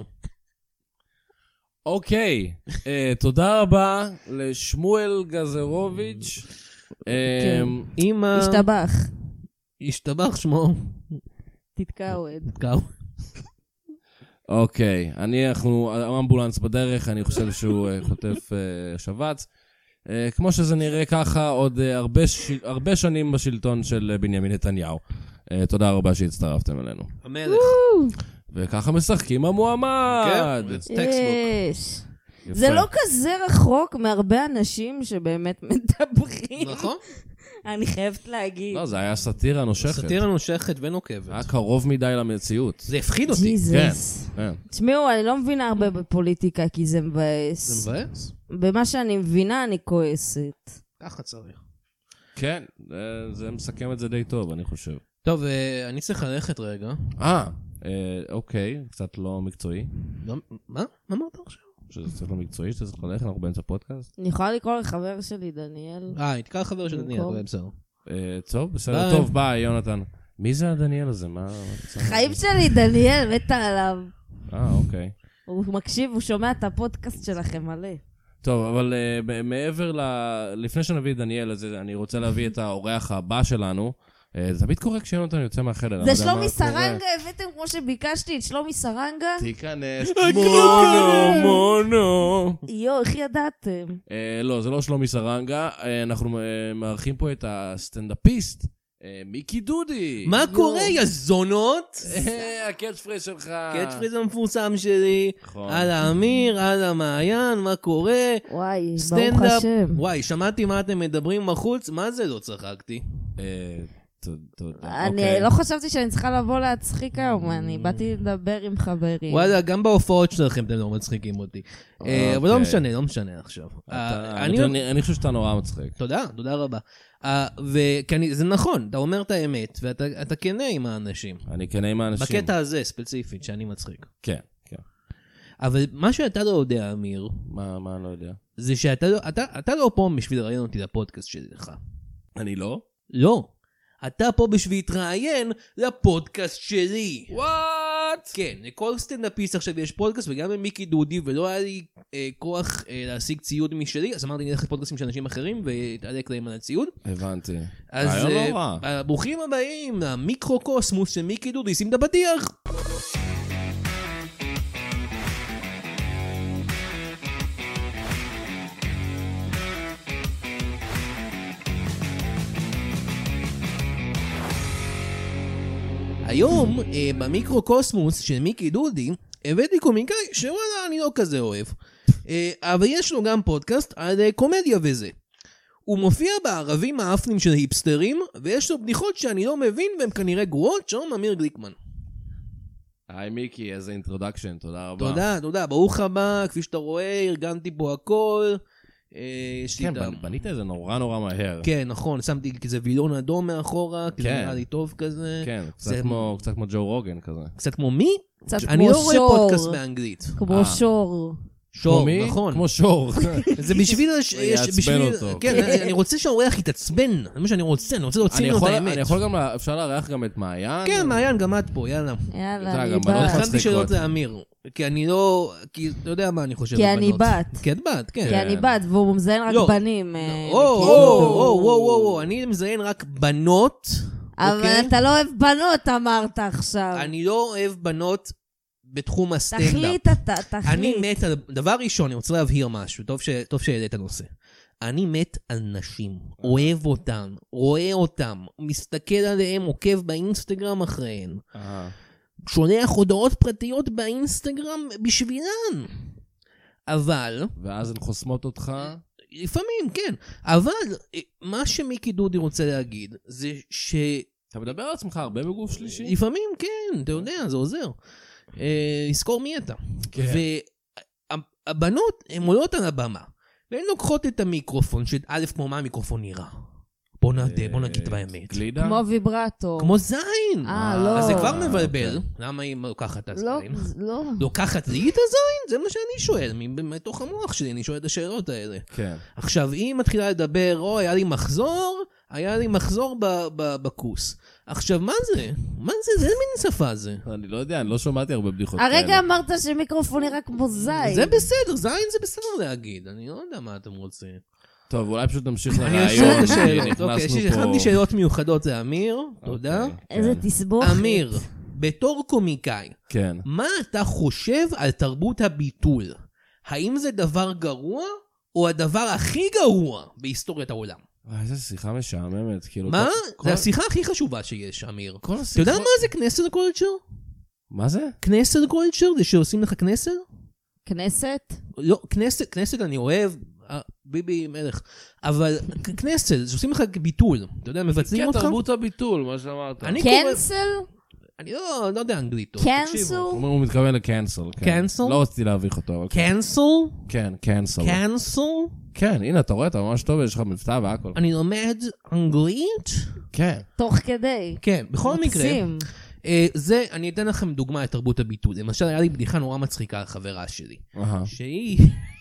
אוקיי, תודה רבה לשמואל גזרוביץ'. אמא השתבח. השתבח שמו. תתקעווד. קאו. אוקיי, אני, אנחנו, האמבולנס בדרך, אני חושב שהוא חוטף שבץ. כמו שזה נראה ככה, עוד הרבה שנים בשלטון של בנימין נתניהו. תודה רבה שהצטרפתם אלינו. המלך. וככה משחקים המועמד. יש. זה לא כזה רחוק מהרבה אנשים שבאמת מדברים. נכון? אני חייבת להגיד. לא, זה היה סאטירה נושכת. סאטירה נושכת ונוקבת. היה קרוב מדי למציאות. זה הפחיד אותי. ג'יזוס. כן. תשמעו, אני לא מבינה הרבה בפוליטיקה, כי זה מבאס. זה מבאס? במה שאני מבינה, אני כועסת. ככה צריך. כן, זה- זה מסכם את זה די טוב, אני חושב. טוב, אה, אני צריך ללכת רגע. אה, אה, אוקיי, קצת לא מקצועי. לא- מה? מה אמרת עכשיו? שזה קצת לא מקצועי, שאתה צריך ללכת, אנחנו באמצע פודקאסט. אני יכולה לקרוא לחבר שלי, דניאל? אה, נתקע חבר של דניאל, במקום. אבל בסדר. אה, טוב, בסדר, ביי. טוב, ביי, יונתן. מי זה הדניאל הזה? מה... מה- חיים שלי, דניאל, מתה עליו. אה, אוקיי. הוא מקשיב, הוא שומע את הפודקאסט שלכם מלא. טוב, אבל uh, מעבר ל... לפני שנביא את דניאל הזה, אני רוצה להביא את האורח הבא שלנו. זה תמיד קורה כשיונתן יוצא מהחדר. זה שלומי סרנגה, הבאתם כמו שביקשתי את שלומי סרנגה? תיכנס. מונו, מונו. יו, איך ידעתם? לא, זה לא שלומי סרנגה. אנחנו מארחים פה את הסטנדאפיסט, מיקי דודי. מה קורה, יא זונות? הקאץ' פרייז שלך. קאץ' פרייז המפורסם שלי. נכון. על האמיר, על המעיין, מה קורה? וואי, ברוך סטנדאפ. השם. וואי, שמעתי מה אתם מדברים בחוץ, מה זה לא צחקתי? תודה. אני לא חשבתי שאני צריכה לבוא להצחיק היום, אני באתי לדבר עם חברים. וואלה, גם בהופעות שלכם אתם לא מצחיקים אותי. אבל לא משנה, לא משנה עכשיו. אני חושב שאתה נורא מצחיק. תודה, תודה רבה. וזה נכון, אתה אומר את האמת, ואתה כנה עם האנשים. אני כנה עם האנשים. בקטע הזה, ספציפית, שאני מצחיק. כן, כן. אבל מה שאתה לא יודע, אמיר, מה אני לא יודע? זה שאתה לא פה בשביל לראיין אותי לפודקאסט שלך. אני לא? לא. אתה פה בשביל להתראיין לפודקאסט שלי. וואט? כן, לכל סטנדאפיסט עכשיו יש פודקאסט, וגם עם מיקי דודי, ולא היה לי אה, כוח אה, להשיג ציוד משלי, אז אמרתי, אני אלך לפודקאסטים של אנשים אחרים, והתעלק להם על הציוד. הבנתי. אז היה לא רע. אה, ברוכים הבאים למיקרוקוסמוס של מיקי דודי, שים את הפתיח. היום, אה, במיקרוקוסמוס של מיקי דודי, הבאתי קומיקאי שוואלה אני לא כזה אוהב. אה, אבל יש לו גם פודקאסט על אה, קומדיה וזה. הוא מופיע בערבים האפנים של היפסטרים, ויש לו בדיחות שאני לא מבין והן כנראה גרועות. שלום, אמיר גליקמן. היי מיקי, איזה אינטרודקשן, תודה רבה. תודה, תודה, ברוך הבא, כפי שאתה רואה, ארגנתי פה הכל. כן, בנית איזה נורא נורא מהר. כן, נכון, שמתי כזה וילון אדום מאחורה, כי זה נראה לי טוב כזה. כן, קצת כמו ג'ו רוגן כזה. קצת כמו מי? קצת אני כמו לא רואה שור. פודקאסט באנגלית. כמו שור. שור, נכון. כמו שור. זה בשביל... יעצבן אותו. כן, אני רוצה שהאורח יתעצבן. זה מה שאני רוצה, אני רוצה להוציא לו את האמת. אני יכול גם, אפשר לארח גם את מעיין? כן, מעיין, גם את פה, יאללה. יאללה, אני גם בת. בנות הכנתי שאלות לאמיר. כי אני לא... כי אתה יודע מה אני חושב. כי אני בת. כי את בת, כן. כי אני בת, והוא מזיין רק לא. בנים. או, או, או, או, אני מזיין רק בנות. אבל אתה לא אוהב בנות, אמרת עכשיו. אני לא אוהב בנות בתחום הסטנדאפ. תחליט אתה, תחליט. אני מת על... דבר ראשון, אני רוצה להבהיר משהו. טוב שהעלית הנושא. אני מת על נשים. אוהב אותן. רואה אותן. מסתכל עליהן, עוקב באינסטגרם אחריהן. שולח הודעות פרטיות באינסטגרם בשבילן. אבל... ואז הן חוסמות אותך? לפעמים, כן. אבל מה שמיקי דודי רוצה להגיד זה ש... אתה מדבר על עצמך הרבה בגוף שלישי? לפעמים, כן. אתה יודע, זה עוזר. לזכור מי אתה. והבנות, הן עולות על הבמה. והן לוקחות את המיקרופון, שא' כמו מה המיקרופון נראה. בוא נעדה, בוא נגיד באמת. גלידה? כמו ויברטו. כמו זין. אה, לא. אז זה כבר מבלבל. למה היא לוקחת את הזין? לא. לוקחת לי את הזין? זה מה שאני שואל. מתוך המוח שלי אני שואל את השאלות האלה. כן. עכשיו, היא מתחילה לדבר, או, היה לי מחזור, היה לי מחזור בכוס. עכשיו, מה זה? מה זה? זה מין שפה זה. אני לא יודע, אני לא שמעתי הרבה בדיחות כאלה. הרגע אמרת שמיקרופון נראה כמו זין. זה בסדר, זין זה בסדר להגיד. אני לא יודע מה אתם רוצים. טוב, אולי פשוט נמשיך אני לרעיון. אשאל את השאלות. אוקיי, הכנתי שאלות מיוחדות לאמיר. תודה. איזה תסבוכת. אמיר, בתור קומיקאי, כן. מה אתה חושב על תרבות הביטול? האם זה דבר גרוע, או הדבר הכי גרוע בהיסטוריית העולם? איזה שיחה משעממת. מה? זה השיחה הכי חשובה שיש, אמיר. אתה יודע מה זה כנסל קולצ'ר? מה זה? כנסל קולצ'ר? זה שעושים לך כנסל? כנסת? לא, כנסת, כנסת אני אוהב, ביבי מלך, אבל כנסל, שעושים לך ביטול, אתה יודע, מבצעים אותך? כן, תרבות הביטול, מה שאמרת. קנסל? אני לא יודע אנגלית טוב. קנסל? הוא מתכוון לקנסל. קנסל? לא רציתי להביך אותו. קנסל? כן, קנסל. קנסל? כן, הנה, אתה רואה, אתה ממש טוב, יש לך מבטא והכל. אני לומד אנגלית? כן. תוך כדי. כן, בכל מקרה. מקסים. זה, אני אתן לכם דוגמה את תרבות הביטול. למשל, היה לי בדיחה נורא מצחיקה על חברה שלי. שהיא...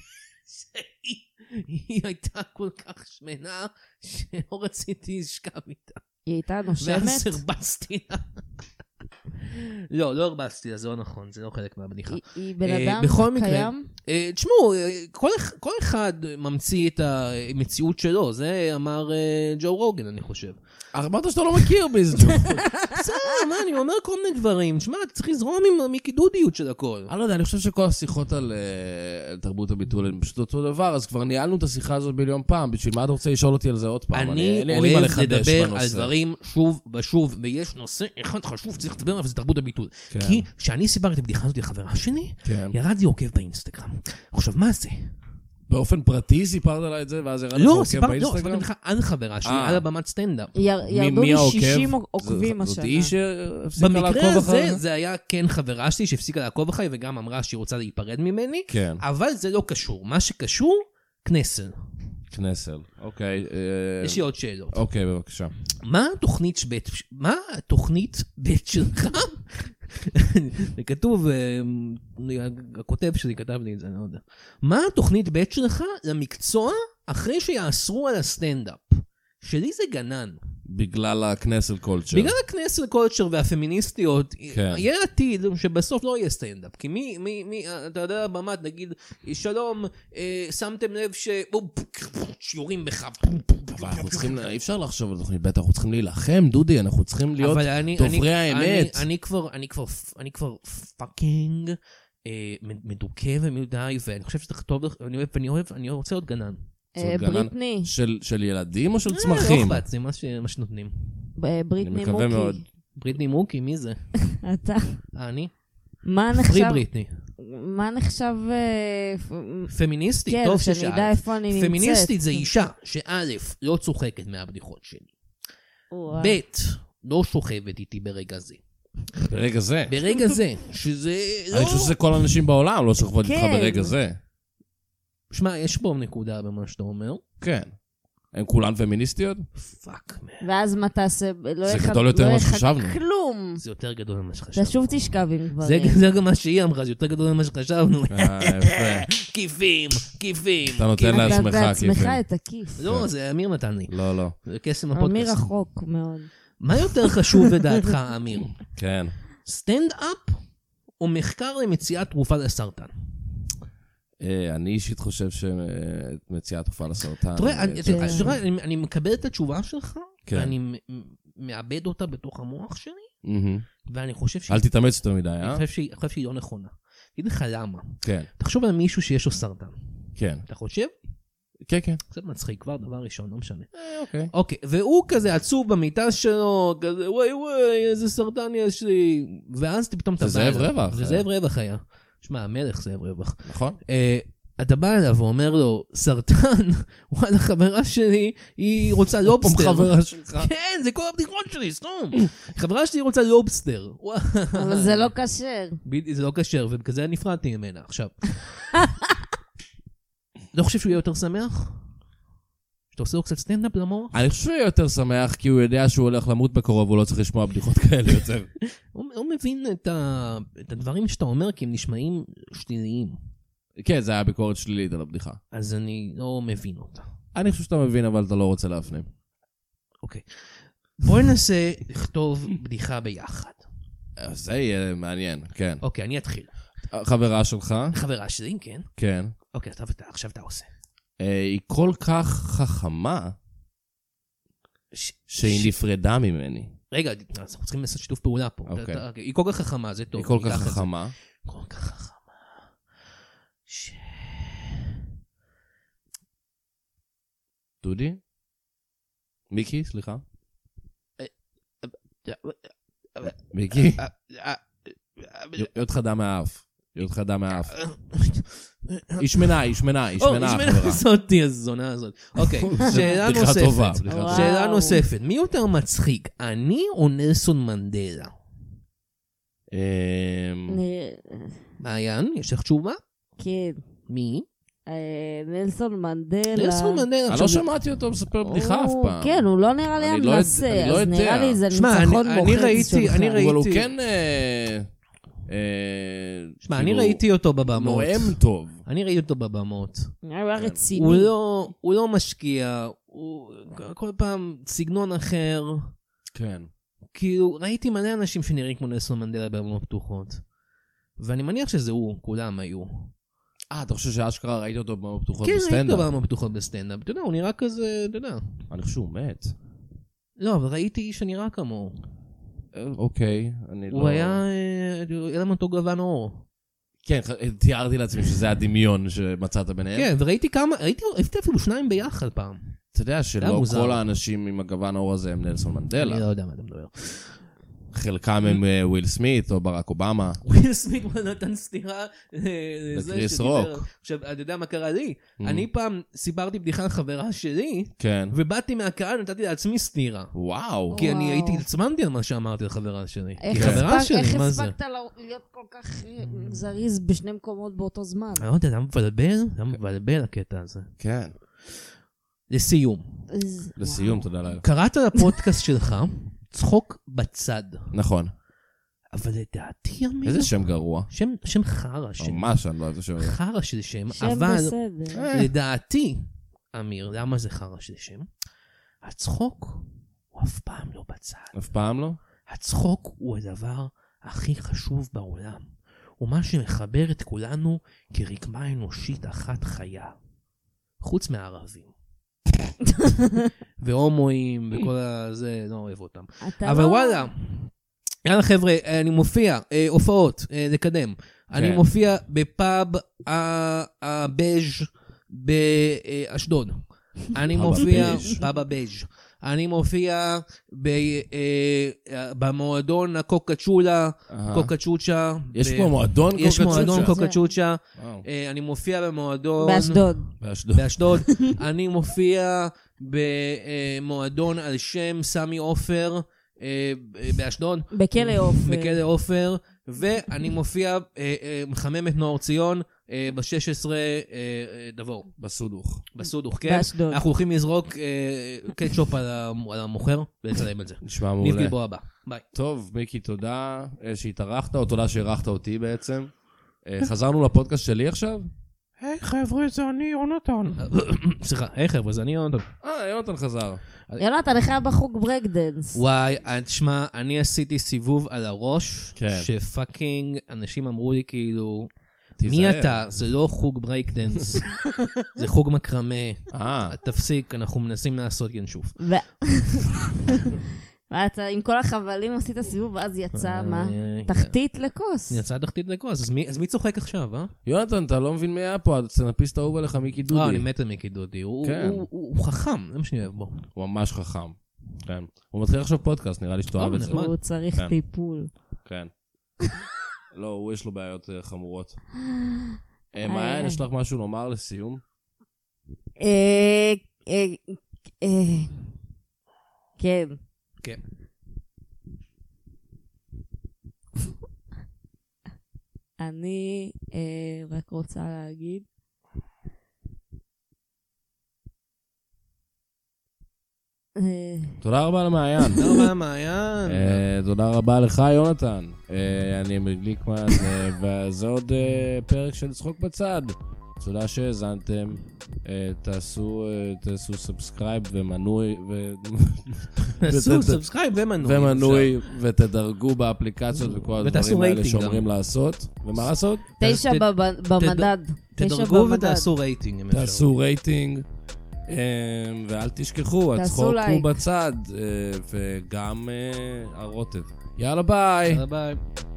היא הייתה כל כך שמנה, שלא רציתי לשכב איתה. היא הייתה נושמת? ואז הרבצתי לה. לא, לא הרבצתי, זה לא נכון, זה לא חלק מהבדיחה. היא- היא בן אה, אדם בכל מקרה, קיים? אה, תשמעו, אה, כל אח- כל אחד ממציא את המציאות שלו, זה אמר אה, ג'ו רוגן, אני חושב. אמרת שאתה לא מכיר ביזג'ו. בסדר, מה, אני אומר כל מיני דברים. תשמע, אתה צריך לזרום עם המקידודיות של הכל. אני לא יודע, אני חושב שכל השיחות על אה, על תרבות הביטול הן פשוט אותו דבר, אז כבר ניהלנו את השיחה הזאת ביליון פעם, בשביל מה אתה רוצה לשאול אותי על זה עוד פעם? אני אין לי- אין לי מה אוהב לחדש לדבר בנושא. על דברים שוב ושוב, ויש נושא אחד חשוב, צריך לדבר עליו, זה תרבות הביטול. כן. כי כשאני סיפרתי את הבדיחה הזאת לחברה שלי, כן. ירד לי עוקב באינסטגרם. עכשיו, מה זה? באופן פרטי סיפרת לה את זה, ואז ירד לך לא, עוקב סיפרתי, לא, סיפרתי באינסטגרם? לך על חברה שלי, אה. על הבמת סטנדאפ. יר- ירדו מי לי העוקב? שישים ז- עוקבים זאת השנה. היא שהפסיקה במקרה לעקוב אחריך? הזה, זה היה כן חברה שלי שהפסיקה לעקוב אחריי, וגם אמרה שהיא רוצה להיפרד ממני, כן, אבל זה לא קשור. מה שקשור, כנסל. כנסל. אוקיי. אה, יש לי עוד שאלות. אוקיי, בבקשה. מה התוכנית שבית, מה התוכנית בית שלך? זה כתוב, אה, הכותב שלי כתב לי את זה, אני לא יודע. מה התוכנית בית שלך למקצוע אחרי שיאסרו על הסטנדאפ? שלי זה גנן. בגלל הכנסל קולצ'ר. בגלל הכנסל קולצ'ר והפמיניסטיות, כן. יהיה עתיד שבסוף לא יהיה סטנדאפ. כי מי, מי, מי, אתה יודע, במת, נגיד, שלום, אה, שמתם לב ש... שיורים בך. אבל אנחנו צריכים, אי אפשר לחשוב על תוכנית ב', אנחנו צריכים להילחם, דודי, אנחנו צריכים להיות אבל אני- דוברי אני- האמת. אני- אני כבר, אני כבר, אני כבר פאקינג אה, מדוכא ומיודעי, ואני חושב שזה טוב, לך- אני אוהב, ואני אוהב, אני רוצה להיות גנן. אה, זאת גנן. בריטני, של של ילדים או של לא צמחים? אכפת, זה מה ש- מה שנותנים. אה, אני בריטני מקווה מאוד. מוקי. בריטני מוקי, מי זה? אתה. אה, אני? מה פרי נחשב... בריטני. מה נחשב... אה, פ- פמיניסטית, כן, טוב שאני ששאלת. אדע איפה אני נמצאת. פמיניסטית זה אישה שא' לא צוחקת מהבדיחות שלי. וואו. ב' לא שוכבת איתי ברגע זה. ברגע זה. ברגע זה, שזה לא... אני חושב שזה כל האנשים בעולם לא שוכבות איתך כן. ברגע זה. שמע, יש פה נקודה במה שאתה אומר. כן. הן כולן פמיניסטיות? פאק, מן. ואז מה תעשה? לא זה יהיה לך- גדול יותר לא ממה יהיה לך שחשבנו. כלום. זה יותר גדול ממה שחשבנו. אתה שוב תשכב עם זה, גברים. זה גם מה שהיא אמרה, זה יותר גדול ממה שחשבנו. אה, יפה. כיפים, כיפים. אתה נותן אתה לעצמך, בעצמך כיפים. את הכיף. לא, זה אמיר נתן לי. לא, לא. זה קסם אמיר הפודקאסט. רחוק מאוד. מה יותר חשוב לדעתך, אמיר? כן. סטנד-אפ או מחקר למציאת תרופה לסרטן? אה, אני אישית חושב שמציאת תרופה לסרטן. אתה רואה, אני- אה, אתה רואה, אני- אני מקבל את התשובה שלך, כן. ואני מ- מ- מאבד אותה בתוך המוח שלי, מהמם. ואני חושב שהיא אל תתאמץ יותר מדי, אני אה? חושב שהיא- אני חושב שהיא לא נכונה. אגיד לך למה. כן, תחשוב על מישהו שיש לו סרטן. כן. אתה חושב? כן, כן. קצת מצחיק, כבר דבר ראשון, לא משנה. אה, אוקיי. אוקיי, והוא כזה עצוב במיטה שלו, כזה וואי וואי, איזה סרטן יש לי. ואז פתאום אתה זה בא זאב אליו. רווח. זה זאב רווח היה. שמע, המלך זאב רווח. נכון? אה, אתה בא אליו ואומר לו, סרטן, וואלה, חברה שלי, היא רוצה לובסטר. חברה שלך. כן, זה כל הבדיחות שלי, סתום. חברה שלי רוצה לובסטר. וואו. אבל זה לא כשר. בדיוק, זה לא כשר, ובכזה נפרדתי ממנה. עכשיו, לא חושב שהוא יהיה יותר שמח? שאתה עושה לו קצת סטנדאפ למוח? אני חושב שהוא יותר שמח כי הוא יודע שהוא הולך למות בקרוב, הוא לא צריך לשמוע בדיחות כאלה יותר. הוא הוא מבין את ה- את הדברים שאתה אומר, כי הם נשמעים שליליים. כן, זה היה ביקורת שלילית על הבדיחה. אז אני לא מבין אותה. אני חושב שאתה מבין, אבל אתה לא רוצה להפנים. אוקיי. בואי ננסה לכתוב בדיחה ביחד. אז זה יהיה מעניין, כן. אוקיי, אני אתחיל. חברה שלך, חברה שלי, כן. כן. אוקיי, עכשיו אתה- עכשיו אתה עושה. אה, היא כל כך חכמה ש- שהיא ש- נפרדה ממני. רגע, אז אנחנו צריכים לעשות שיתוף פעולה פה. אוקיי. אתה- אתה- היא כל כך חכמה, זה טוב. היא כל ניקח כך את זה. חכמה. כל כך חכמה. ש... דודי? מיקי, סליחה. מיקי? היא עוד חדה מהאף. היא עוד חדה מהאף. היא שמנה, היא שמנה, היא או, שמנה, היא שמנה חברה. זאתי, הזונה הזאת. אוקיי, שאלה בדיחה נוספת. טובה, בדיחה וואו. טובה. שאלה נוספת. מי יותר מצחיק, אני או נלסון מנדלה? אמ, אני- מעיין, יש לך תשובה? כן. מי? אה, נלסון מנדלה. נלסון מנדלה. אני עכשיו, לא שמעתי אותו מספר בדיחה אף הוא- פעם. כן, הוא לא נראה לי אני לא יודע- המנסה, אני לא אז נראה יודע. לי זה שמע, ניצחון אני- אני מוחץ ראיתי- שלך. אני ראיתי- אבל הוא כן... אה, אה, שמע, אני כאילו, ראיתי אותו בבמות. נואם טוב. אני ראיתי אותו בבמות. נראה לי הוא היה כן. רציני. הוא לא, הוא לא משקיע, הוא כל פעם סגנון אחר. כן. כאילו, ראיתי מלא אנשים שנראים כמו נלסון מנדלה בבמות פתוחות. ואני מניח שזה הוא, כולם היו. אה, אתה חושב שאשכרה ראית אותו בבמות פתוחות כן, ראיתי בסטנדאפ? אותו בבמות פתוחות בסטנדאפ. אתה יודע, הוא נראה כזה, אתה יודע. אני חושב שהוא מת. לא, אבל ראיתי איש שנראה כמוהו. אוקיי, אני לא... הוא היה, היה להם אותו גוון אור. כן, תיארתי לעצמי שזה הדמיון שמצאת ביניהם. כן, וראיתי כמה, ראיתי אפילו שניים ביחד פעם. אתה יודע שלא מוזר. כל האנשים עם הגוון האור הזה הם נלסון אני מנדלה. לא יודע מה אתה מדבר. חלקם הם אה, וויל סמית או ברק אובמה. וויל סמית נתן סתירה לזה לקריס שדיבר. רוק. עכשיו, אתה יודע מה קרה לי? אני פעם סיפרתי בדיחה לחברה שלי, כן. ובאתי מהקהל, נתתי לעצמי סתירה. וואו. כי אני וואו. הייתי הצמנתי על מה שאמרתי לחברה שלי. איך כי חברה הספק- שלי, איך מה זה? הספקת לה- להיות כל כך אה, זריז בשני מקומות באותו זמן? אני לא יודע, למה מבלבל? למה מבלבל הקטע הזה? כן. לסיום, אז- לסיום, תודה לאל. קראת לפודקאסט שלך, צחוק בצד. נכון. אבל לדעתי, אמיר, איזה שם גרוע. שם, שם חרא של... ממש אני לא אוהב את השם הזה. חרא של שם, שם אבל בסדר. לדעתי, אמיר, למה זה חרא של שם? הצחוק הוא אף פעם לא בצד. אף פעם לא? הצחוק הוא הדבר הכי חשוב בעולם. הוא מה שמחבר את כולנו כרקמה אנושית אחת חיה. חוץ מהערבים. והומואים וכל הזה, לא אוהב אותם. אתה אבל לא- וואלה, יאללה חבר'ה, אני מופיע, אה, הופעות, אה, לקדם. אני מופיע בפאב ה- הבז' באשדוד. אני פאב מופיע, הבז'. פאב הבז'. אני מופיע ב- אה, אה, במועדון הקוקה צ'ולה, אהה. קוקה צ'וצ'ה. יש ב- פה מועדון קוקה יש מועדון צ'וצ'ה? קוקה צ'וצ'ה. וואו. אה, אני מופיע במועדון... באשדוד. באשדוד. באשדוד. אני מופיע במועדון על שם סמי עופר אה, באשדוד. בכלא עופר. בכלא עופר. ואני מופיע, אה, אה, מחמם את נוער ציון, אה, ב-שש עשרה אה, אה, דבור. בסודוך. בסודוך, כן? באשדוד. אנחנו הולכים לזרוק אה, קטשופ על ה- על המוכר ולצלם את זה. נשמע ניב מעולה. גלבוע הבא. ביי. טוב, מיקי, תודה אה, שהתארחת, או תודה שהארחת אותי בעצם. אה, חזרנו לפודקאסט שלי עכשיו? היי חבר'ה, זה אני יונתן. סליחה, היי חבר'ה, זה אני יונתן. אה, יונתן חזר. יונתן, איך היה בחוג ברק דנס? וואי, תשמע, אני עשיתי סיבוב על הראש, כן. שפאקינג אנשים אמרו לי כאילו, תיזהר. מי אתה? זה לא חוג ברייקדנס, זה חוג מקרמה. אה, תפסיק, אנחנו מנסים לעשות ינשוף. ו- ואתה עם כל החבלים עשית סיבוב, ואז יצא מה? אה, תחתית לכוס. יצא תחתית לכוס, אז מי- אז מי צוחק עכשיו, אה? יונתן, אתה לא מבין מי היה פה, הסטנדאפיסט האהוב עליך מיקי לא, אני דודי. מת על מיקי דודי, הוא כן. הוא- הוא- הוא חכם, זה מה שאני אוהב בו. הוא ממש חכם. כן. הוא מתחיל עכשיו פודקאסט, נראה לי שאתה אוהב אה, את זה. נחמד. הוא צריך כן. טיפול. כן. לא, הוא יש לו בעיות אה, חמורות. אה, איי, מעיין, איי. יש לך משהו לומר לסיום? אה, אה, אה, כן. כן. אני אה, רק רוצה להגיד, אה, תודה רבה למעיין. תודה רבה, מעיין. אה, תודה רבה לך, יונתן. אה, אני אמיר גליקמן, אה, וזה עוד אה, פרק של צחוק בצד. תודה שהאזנתם. אה, תעשו אה, תעשו סאבסקרייב ומנוי ו- תעשו ות- סאבסקרייב ומנוי. ומנוי ותדרגו באפליקציות וכל ותעשו הדברים האלה רייטינג שאומרים גם. לעשות. ומה לעשות? תשע ת- בב- במדד. תשע תדרגו במדד. ותעשו רייטינג, אם אפשר. תעשו רייטינג. אה, ואל תשכחו, תעשו הצחוק הוא לייק. בצד, אה, וגם אה, הרוטב. יאללה ביי. יאללה, ביי.